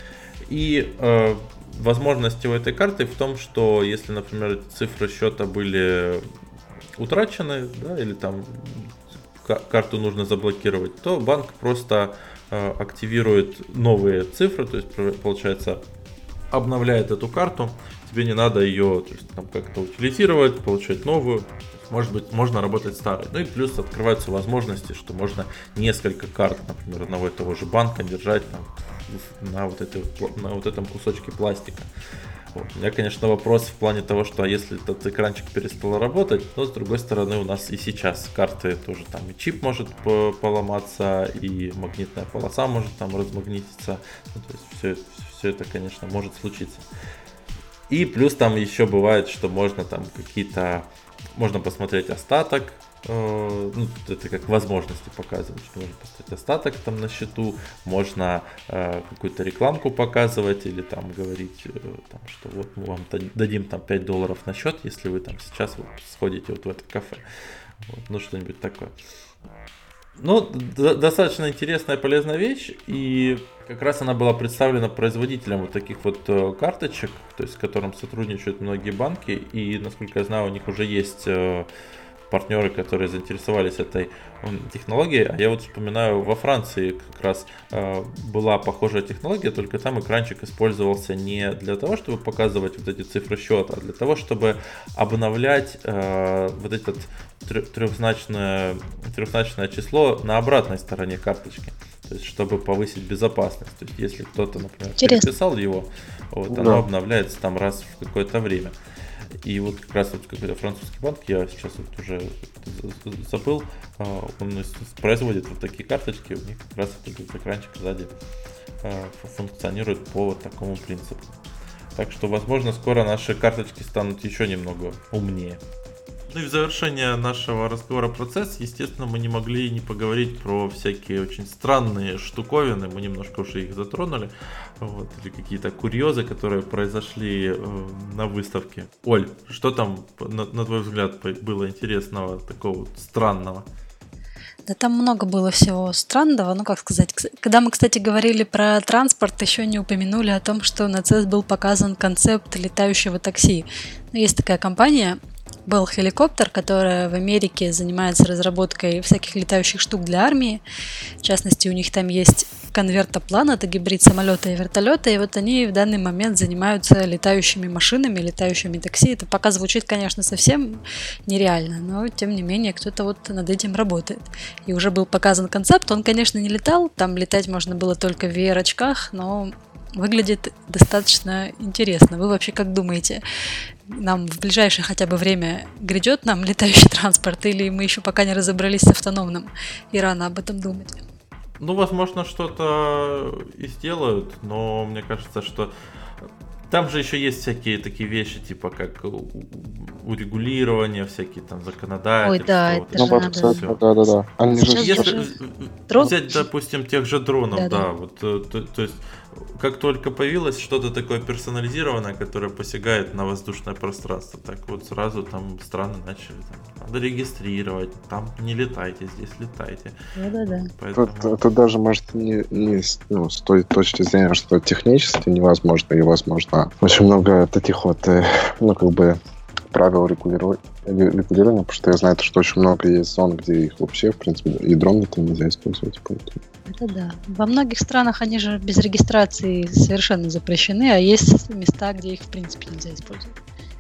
[SPEAKER 1] И э, возможность у этой карты в том, что если, например, цифры счета были утрачены, да, или там карту нужно заблокировать, то банк просто э, активирует новые цифры, то есть, получается, обновляет эту карту, тебе не надо ее то есть, там, как-то утилизировать, получать новую, может быть, можно работать старой. Ну и плюс открываются возможности, что можно несколько карт, например, одного и того же банка держать там, на, вот этой, на вот этом кусочке пластика. Вот. У меня, конечно, вопрос в плане того, что а если этот экранчик перестал работать, но с другой стороны у нас и сейчас карты тоже там и чип может поломаться, и магнитная полоса может там размагнититься. Ну, то есть все, все это, конечно, может случиться. И плюс там еще бывает, что можно там какие-то, можно посмотреть остаток э, ну, это как возможности показывать, что можно поставить остаток там на счету, можно э, какую-то рекламку показывать или там говорить, э, там, что вот мы вам дадим там пять долларов на счет, если вы там сейчас вот сходите вот в это кафе. Вот, ну, что-нибудь такое. Ну, д- достаточно интересная и полезная вещь, и как раз она была представлена производителем вот таких вот э, карточек, то есть с которым сотрудничают многие банки, и, насколько я знаю, у них уже есть э, партнеры, которые заинтересовались этой э, технологией, а я вот вспоминаю, во Франции как раз э, была похожая технология, только там экранчик использовался не для того, чтобы показывать вот эти цифры счета, а для того, чтобы обновлять э, вот этот трехзначное, трехзначное число на обратной стороне карточки. То есть, чтобы повысить безопасность. То есть, если кто-то, например,
[SPEAKER 2] Интересно.
[SPEAKER 1] переписал его, вот,
[SPEAKER 3] Да.
[SPEAKER 1] оно обновляется там раз в какое-то время. И вот как раз вот какой-то французский банк, я сейчас вот уже забыл, он производит вот такие карточки, у них как раз вот этот экранчик сзади функционирует по вот такому принципу. Так что, возможно, скоро наши карточки станут еще немного умнее. Ну и в завершение нашего разговора про цэс, естественно, мы не могли не поговорить про всякие очень странные штуковины, мы немножко уже их затронули, вот, или какие-то курьезы, которые произошли э, на выставке. Оль, что там, на, на твой взгляд, было интересного, такого вот странного?
[SPEAKER 2] Да там много было всего странного, ну как сказать. Когда мы, кстати, говорили про транспорт, еще не упомянули о том, что на цэс был показан концепт летающего такси. Ну, есть такая компания Bell Helicopter, которая в Америке занимается разработкой всяких летающих штук для армии. В частности, у них там есть конвертоплан, это гибрид самолета и вертолета, и вот они в данный момент занимаются летающими машинами, летающими такси. Это пока звучит, конечно, совсем нереально, но тем не менее кто-то вот над этим работает. И уже был показан концепт, он, конечно, не летал, там летать можно было только в ви ар-очках, но выглядит достаточно интересно. Вы вообще как думаете, нам в ближайшее хотя бы время грядет нам летающий транспорт, или мы еще пока не разобрались с автономным и рано об этом думать?
[SPEAKER 1] Ну, возможно, что-то и сделают, но мне кажется, что там же еще есть всякие такие вещи, типа как урегулирование, всякие там законодательства.
[SPEAKER 2] Ой, да,
[SPEAKER 1] вот
[SPEAKER 2] это
[SPEAKER 3] Ну,
[SPEAKER 2] же
[SPEAKER 3] вот,
[SPEAKER 2] надо.
[SPEAKER 3] кстати, да, да, да. Они же
[SPEAKER 2] Сейчас
[SPEAKER 3] сейчас-
[SPEAKER 1] Если
[SPEAKER 2] даже
[SPEAKER 1] в-
[SPEAKER 2] дрон-
[SPEAKER 1] взять, допустим, тех же дронов,
[SPEAKER 2] Да,
[SPEAKER 1] да,
[SPEAKER 2] да.
[SPEAKER 1] вот, э, то, то есть, как только появилось что-то такое персонализированное, которое посягает на воздушное пространство, так вот сразу там страны начали, там, надо регистрировать, там не летайте, здесь летайте.
[SPEAKER 2] Да-да-да.
[SPEAKER 1] Поэтому...
[SPEAKER 3] Тут, это даже может не, не с- ну, с той точки зрения, что технически невозможно и возможно. Очень много таких вот, э, ну, как бы, правил регулирования, регулирования, потому что я знаю, что очень много есть зон, где их вообще, в принципе, и дроны-то нельзя использовать. Поэтому.
[SPEAKER 2] Это да. Во многих странах они же без регистрации совершенно запрещены, а есть места, где их в принципе нельзя использовать.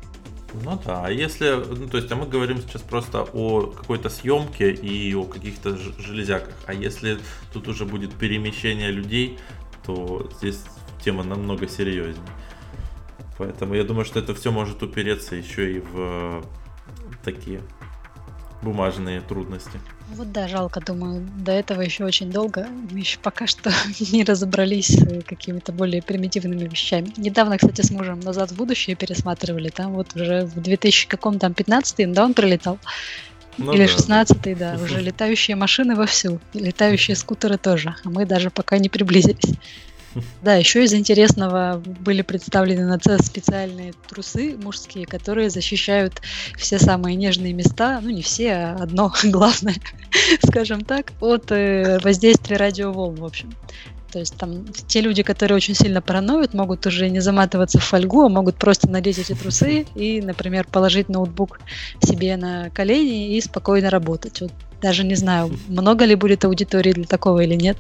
[SPEAKER 1] Ну да, а если, ну то есть, а мы говорим сейчас просто о какой-то съемке и о каких-то ж- железяках, а если тут уже будет перемещение людей, то здесь тема намного серьезнее. Поэтому я думаю, что это все может упереться еще и в э, такие бумажные трудности.
[SPEAKER 2] Вот да, жалко, думаю, до этого еще очень долго. Мы еще пока что не разобрались с какими-то более примитивными вещами. Недавно, кстати, с мужем «Назад в будущее» пересматривали. Там вот уже в две тысячи каком там пятнадцатом, да, он прилетал?
[SPEAKER 1] Ну
[SPEAKER 2] Или
[SPEAKER 1] да,
[SPEAKER 2] шестнадцатый, да, уже летающие машины вовсю, и летающие скутеры тоже, а мы даже пока не приблизились. Да, еще из интересного были представлены на цэс специальные трусы мужские, которые защищают все самые нежные места, ну не все, а одно главное, скажем так, от э, воздействия радиоволн, в общем. То есть там те люди, которые очень сильно параноют, могут уже не заматываться в фольгу, а могут просто надеть эти трусы и, например, положить ноутбук себе на колени и спокойно работать. Вот даже не знаю, много ли будет аудитории для такого или нет.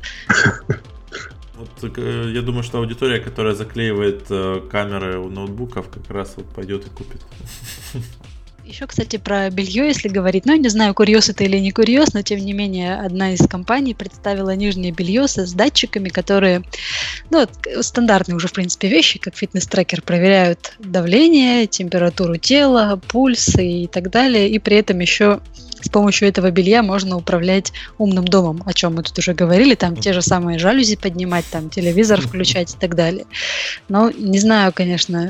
[SPEAKER 1] Вот, э, я думаю, что аудитория, которая заклеивает э, камеры у ноутбуков, как раз вот пойдет и купит.
[SPEAKER 2] Еще, кстати, про белье, если говорить, ну, я не знаю, курьез это или не курьез, но, тем не менее, одна из компаний представила нижнее белье с датчиками, которые, ну, стандартные уже, в принципе, вещи, как фитнес-трекер, проверяют давление, температуру тела, пульс и так далее, и при этом еще с помощью этого белья можно управлять умным домом, о чем мы тут уже говорили, там те же самые жалюзи поднимать, там телевизор включать и так далее. Но не знаю, конечно,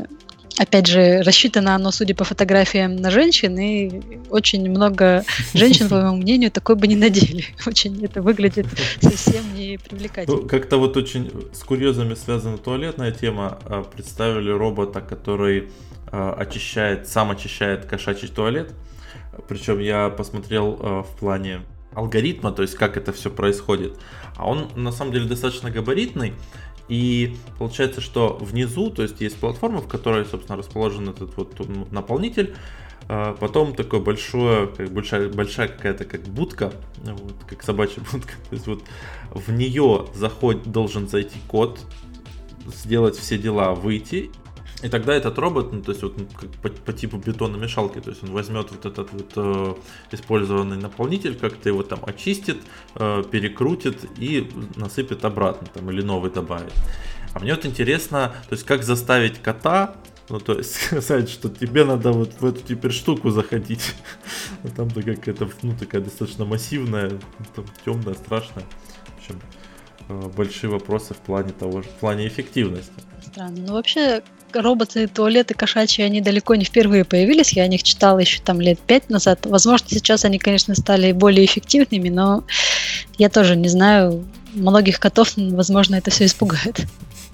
[SPEAKER 2] опять же, рассчитано оно, судя по фотографиям, на женщин, и очень много женщин, по моему мнению, такой бы не надели. Очень это выглядит совсем не привлекательно.
[SPEAKER 1] Ну, как-то вот очень с курьезами связана туалетная тема. Представили робота, который очищает, сам очищает кошачий туалет. Причем я посмотрел в плане алгоритма, то есть как это все происходит. А он на самом деле достаточно габаритный. И получается, что внизу, то есть есть платформа, в которой, собственно, расположен этот вот наполнитель. Потом такое большое, как большая, большая какая-то как будка, вот, как собачья будка. То есть вот в нее заход, должен зайти кот, сделать все дела, выйти. И тогда этот робот, ну, то есть вот как по, по типу бетономешалки, то есть он возьмет вот этот вот э, использованный наполнитель, как-то его там очистит, э, перекрутит и насыпет обратно, там, или новый добавит. А мне вот интересно, то есть как заставить кота, ну, то есть сказать, что тебе надо вот в эту теперь штуку заходить. Там-то какая-то, ну, такая достаточно массивная, там, темная, страшная. В общем, э, большие вопросы в плане того же, в плане эффективности.
[SPEAKER 2] Странно. Ну, вообще, роботы, туалеты кошачьи, они далеко не впервые появились. Я о них читала еще там лет пять назад. Возможно, сейчас они, конечно, стали более эффективными, но я тоже не знаю. Многих котов, возможно, это все испугает.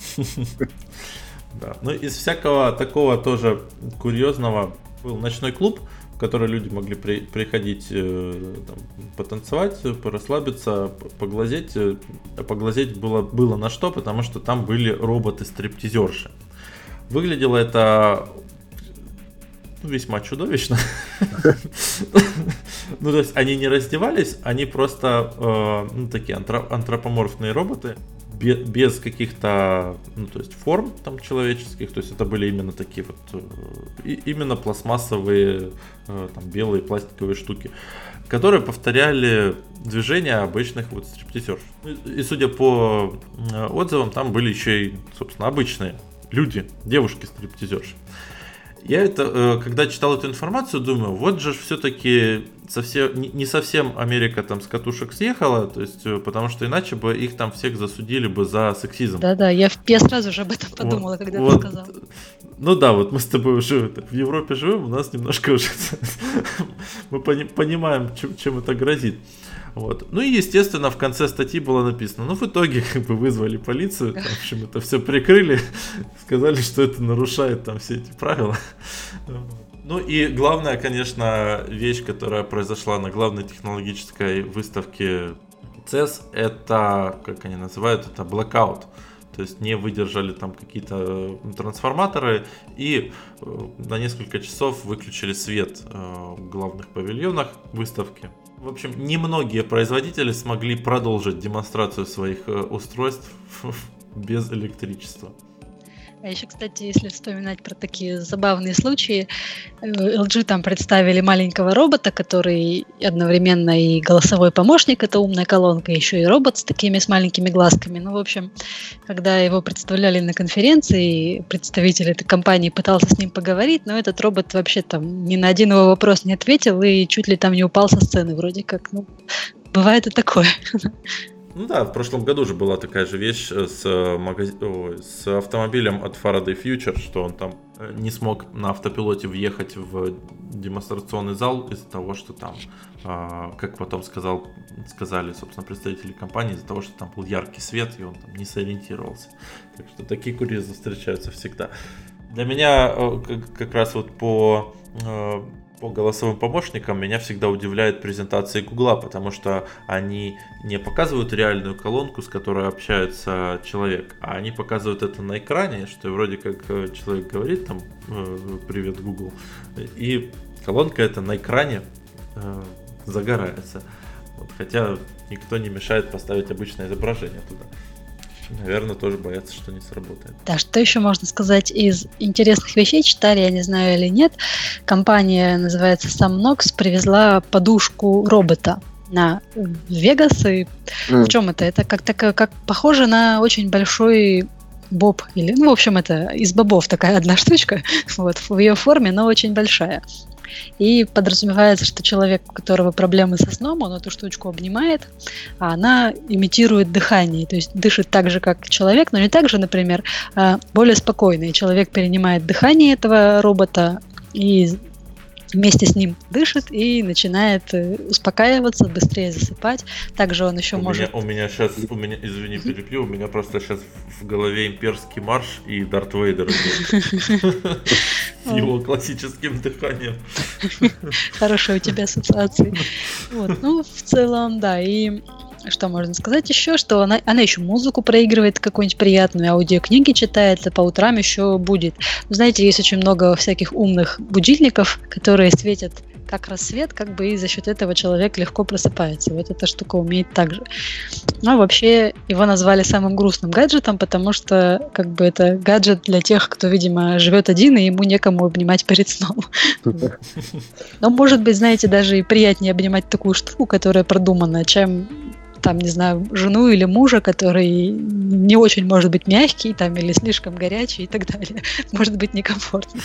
[SPEAKER 1] Да. Ну, из всякого такого тоже курьезного был ночной клуб, в который люди могли при, приходить там, потанцевать, порасслабиться, поглазеть. Поглазеть было, было на что, потому что там были роботы-стриптизерши. Выглядело это весьма чудовищно. Ну, то есть они не раздевались, они просто ну, такие антропоморфные роботы, без каких-то, ну, то есть форм там человеческих, то есть это были именно такие вот, именно пластмассовые, там, белые пластиковые штуки, которые повторяли движения обычных вот стриптизерш. И судя по отзывам, там были еще и, собственно, обычные люди, девушки-стриптизерши. Я это, когда читал эту информацию, думаю, вот же все-таки совсем, не совсем Америка там с катушек съехала, то есть, потому что иначе бы их там всех засудили бы за сексизм.
[SPEAKER 2] Да-да, я, я сразу же об этом подумала, вот, когда
[SPEAKER 1] вот,
[SPEAKER 2] ты сказал.
[SPEAKER 1] Ну да, вот мы с тобой уже в Европе живем, у нас немножко уже мы понимаем, чем, чем это грозит. Вот. Ну и, естественно, в конце статьи было написано, ну, в итоге как бы вызвали полицию, там, в общем, это все прикрыли, сказали, что это нарушает там все эти правила. Ну и главная, конечно, вещь, которая произошла на главной технологической выставке цес, это, как они называют, это blackout. То есть не выдержали там какие-то трансформаторы и на несколько часов выключили свет в главных павильонах выставки. В общем, немногие производители смогли продолжить демонстрацию своих устройств без электричества.
[SPEAKER 2] А еще, кстати, если вспоминать про такие забавные случаи, эл джи там представили маленького робота, который одновременно и голосовой помощник, это умная колонка, еще и робот с такими с маленькими глазками. Ну, в общем, когда его представляли на конференции, представитель этой компании пытался с ним поговорить, но этот робот вообще там ни на один его вопрос не ответил и чуть ли там не упал со сцены вроде как. Ну, бывает и такое.
[SPEAKER 1] Ну да, в прошлом году же была такая же вещь с, магаз... Ой, с автомобилем от Faraday Future, что он там не смог на автопилоте въехать в демонстрационный зал из-за того, что там, как потом сказал, сказали, собственно, представители компании, из-за того, что там был яркий свет, и он там не сориентировался. Так что такие курьезы встречаются всегда. Для меня как раз вот по... По голосовым помощникам меня всегда удивляет презентации Гугла, потому что они не показывают реальную колонку, с которой общается человек, а они показывают это на экране, что вроде как человек говорит там «Привет, Google», и колонка эта на экране э, загорается. Вот, хотя никто не мешает поставить обычное изображение туда. Наверное, тоже боятся, что не сработает.
[SPEAKER 2] Да, что еще можно сказать из интересных вещей? Читали, я не знаю или нет. Компания, называется Somnox, привезла подушку робота на Вегас. И mm. в чем это? Это как, так, как похоже на очень большой боб. Или, ну, в общем, это из бобов такая одна штучка. Вот, в ее форме, но очень большая. И подразумевается, что человек, у которого проблемы со сном, он эту штучку обнимает, а она имитирует дыхание. То есть дышит так же, как человек, но не так же, например, а более спокойно. И человек перенимает дыхание этого робота и вместе с ним дышит и начинает успокаиваться, быстрее засыпать. Также он еще
[SPEAKER 1] у
[SPEAKER 2] может...
[SPEAKER 1] Меня, у меня сейчас, у меня, извини, перебью, у меня просто сейчас в голове имперский марш и Дарт Вейдер с его классическим дыханием.
[SPEAKER 2] Хорошие у тебя ассоциации. Вот. Ну, в целом, да, и... Что можно сказать еще, что она, она еще музыку проигрывает какую-нибудь приятную, аудиокниги читает, а по утрам еще будет. Вы знаете, есть очень много всяких умных будильников, которые светят как рассвет, как бы и за счет этого человек легко просыпается. Вот эта штука умеет так же. Но вообще его назвали самым грустным гаджетом, потому что как бы это гаджет для тех, кто, видимо, живет один, и ему некому обнимать перед сном. Но может быть, знаете, даже и приятнее обнимать такую штуку, которая продумана, чем там, не знаю, жену или мужа, который не очень может быть мягкий, там, или слишком горячий и так далее. Может быть некомфортно.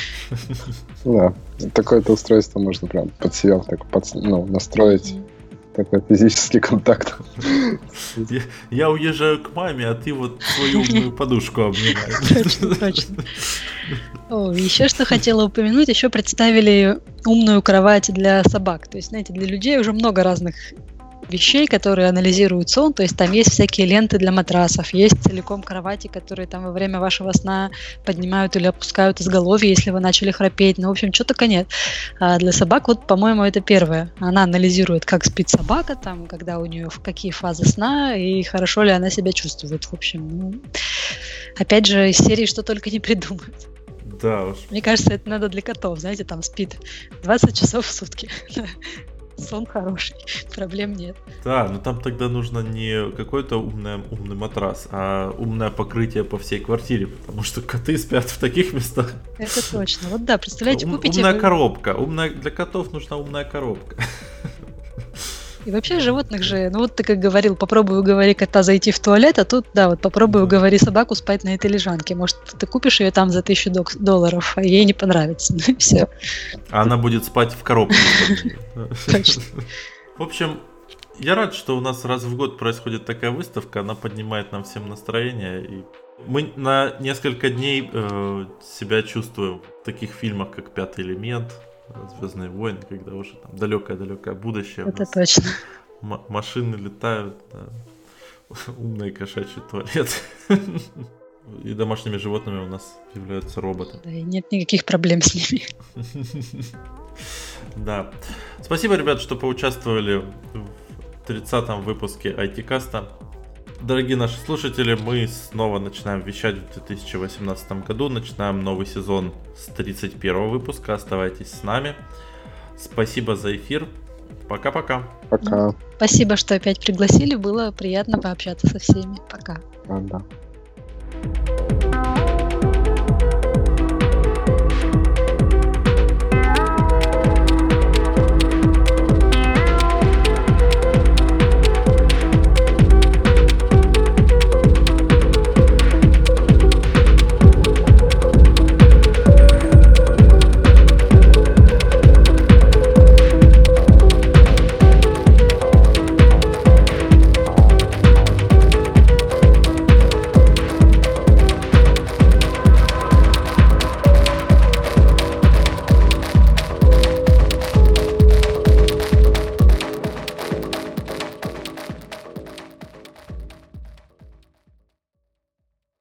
[SPEAKER 3] Да, такое-то устройство можно прям под себя так, под, ну, настроить. Такой физический контакт.
[SPEAKER 1] Я, я уезжаю к маме, а ты вот свою умную подушку обнимаешь.
[SPEAKER 2] Точно, точно. О, еще что хотела упомянуть, еще представили умную кровать для собак. То есть, знаете, для людей уже много разных вещей, которые анализируют сон, то есть там есть всякие ленты для матрасов, есть целиком кровати, которые там во время вашего сна поднимают или опускают изголовье, если вы начали храпеть, ну, в общем, что только нет. А для собак, вот, по-моему, это первое. Она анализирует, как спит собака, там, когда у нее, в какие фазы сна, и хорошо ли она себя чувствует, в общем. Ну, опять же, из серии что только не придумают.
[SPEAKER 1] Да уж.
[SPEAKER 2] Мне кажется, это надо для котов, знаете, там спит двадцать часов в сутки. Сон хороший, проблем нет.
[SPEAKER 1] Да, но там тогда нужно не какой-то умный, умный матрас, а умное покрытие по всей квартире, потому что коты спят в таких местах.
[SPEAKER 2] Это точно. Вот да, представляете,
[SPEAKER 1] Ум,
[SPEAKER 2] купите...
[SPEAKER 1] Умная коробка. Умная... Для котов нужна умная коробка.
[SPEAKER 2] И вообще животных же, ну вот ты как говорил, попробуй уговори кота зайти в туалет, а тут, да, вот попробуй уговори собаку спать на этой лежанке. Может, ты купишь ее там за тысячу долларов, а ей не понравится. Ну и все.
[SPEAKER 1] А она будет спать в коробке.
[SPEAKER 2] Точно.
[SPEAKER 1] В общем, я рад, что у нас раз в год происходит такая выставка, она поднимает нам всем настроение. И мы на несколько дней э, себя чувствуем в таких фильмах, как «Пятый элемент», «Звездные войны», когда уже там далекое-далекое будущее.
[SPEAKER 2] Это точно.
[SPEAKER 1] М- машины летают, да. Умные кошачьи туалеты. И домашними животными у нас являются роботы.
[SPEAKER 2] Да, и нет никаких проблем с ними.
[SPEAKER 1] Да. Спасибо, ребят, что поучаствовали в тридцатом выпуске ай ти-каста. Дорогие наши слушатели, мы снова начинаем вещать в две тысячи восемнадцатом году. Начинаем новый сезон с тридцать первого выпуска. Оставайтесь с нами. Спасибо за эфир. Пока-пока.
[SPEAKER 3] Пока.
[SPEAKER 2] Спасибо, что опять пригласили. Было приятно пообщаться со всеми. Пока.
[SPEAKER 3] Да, да.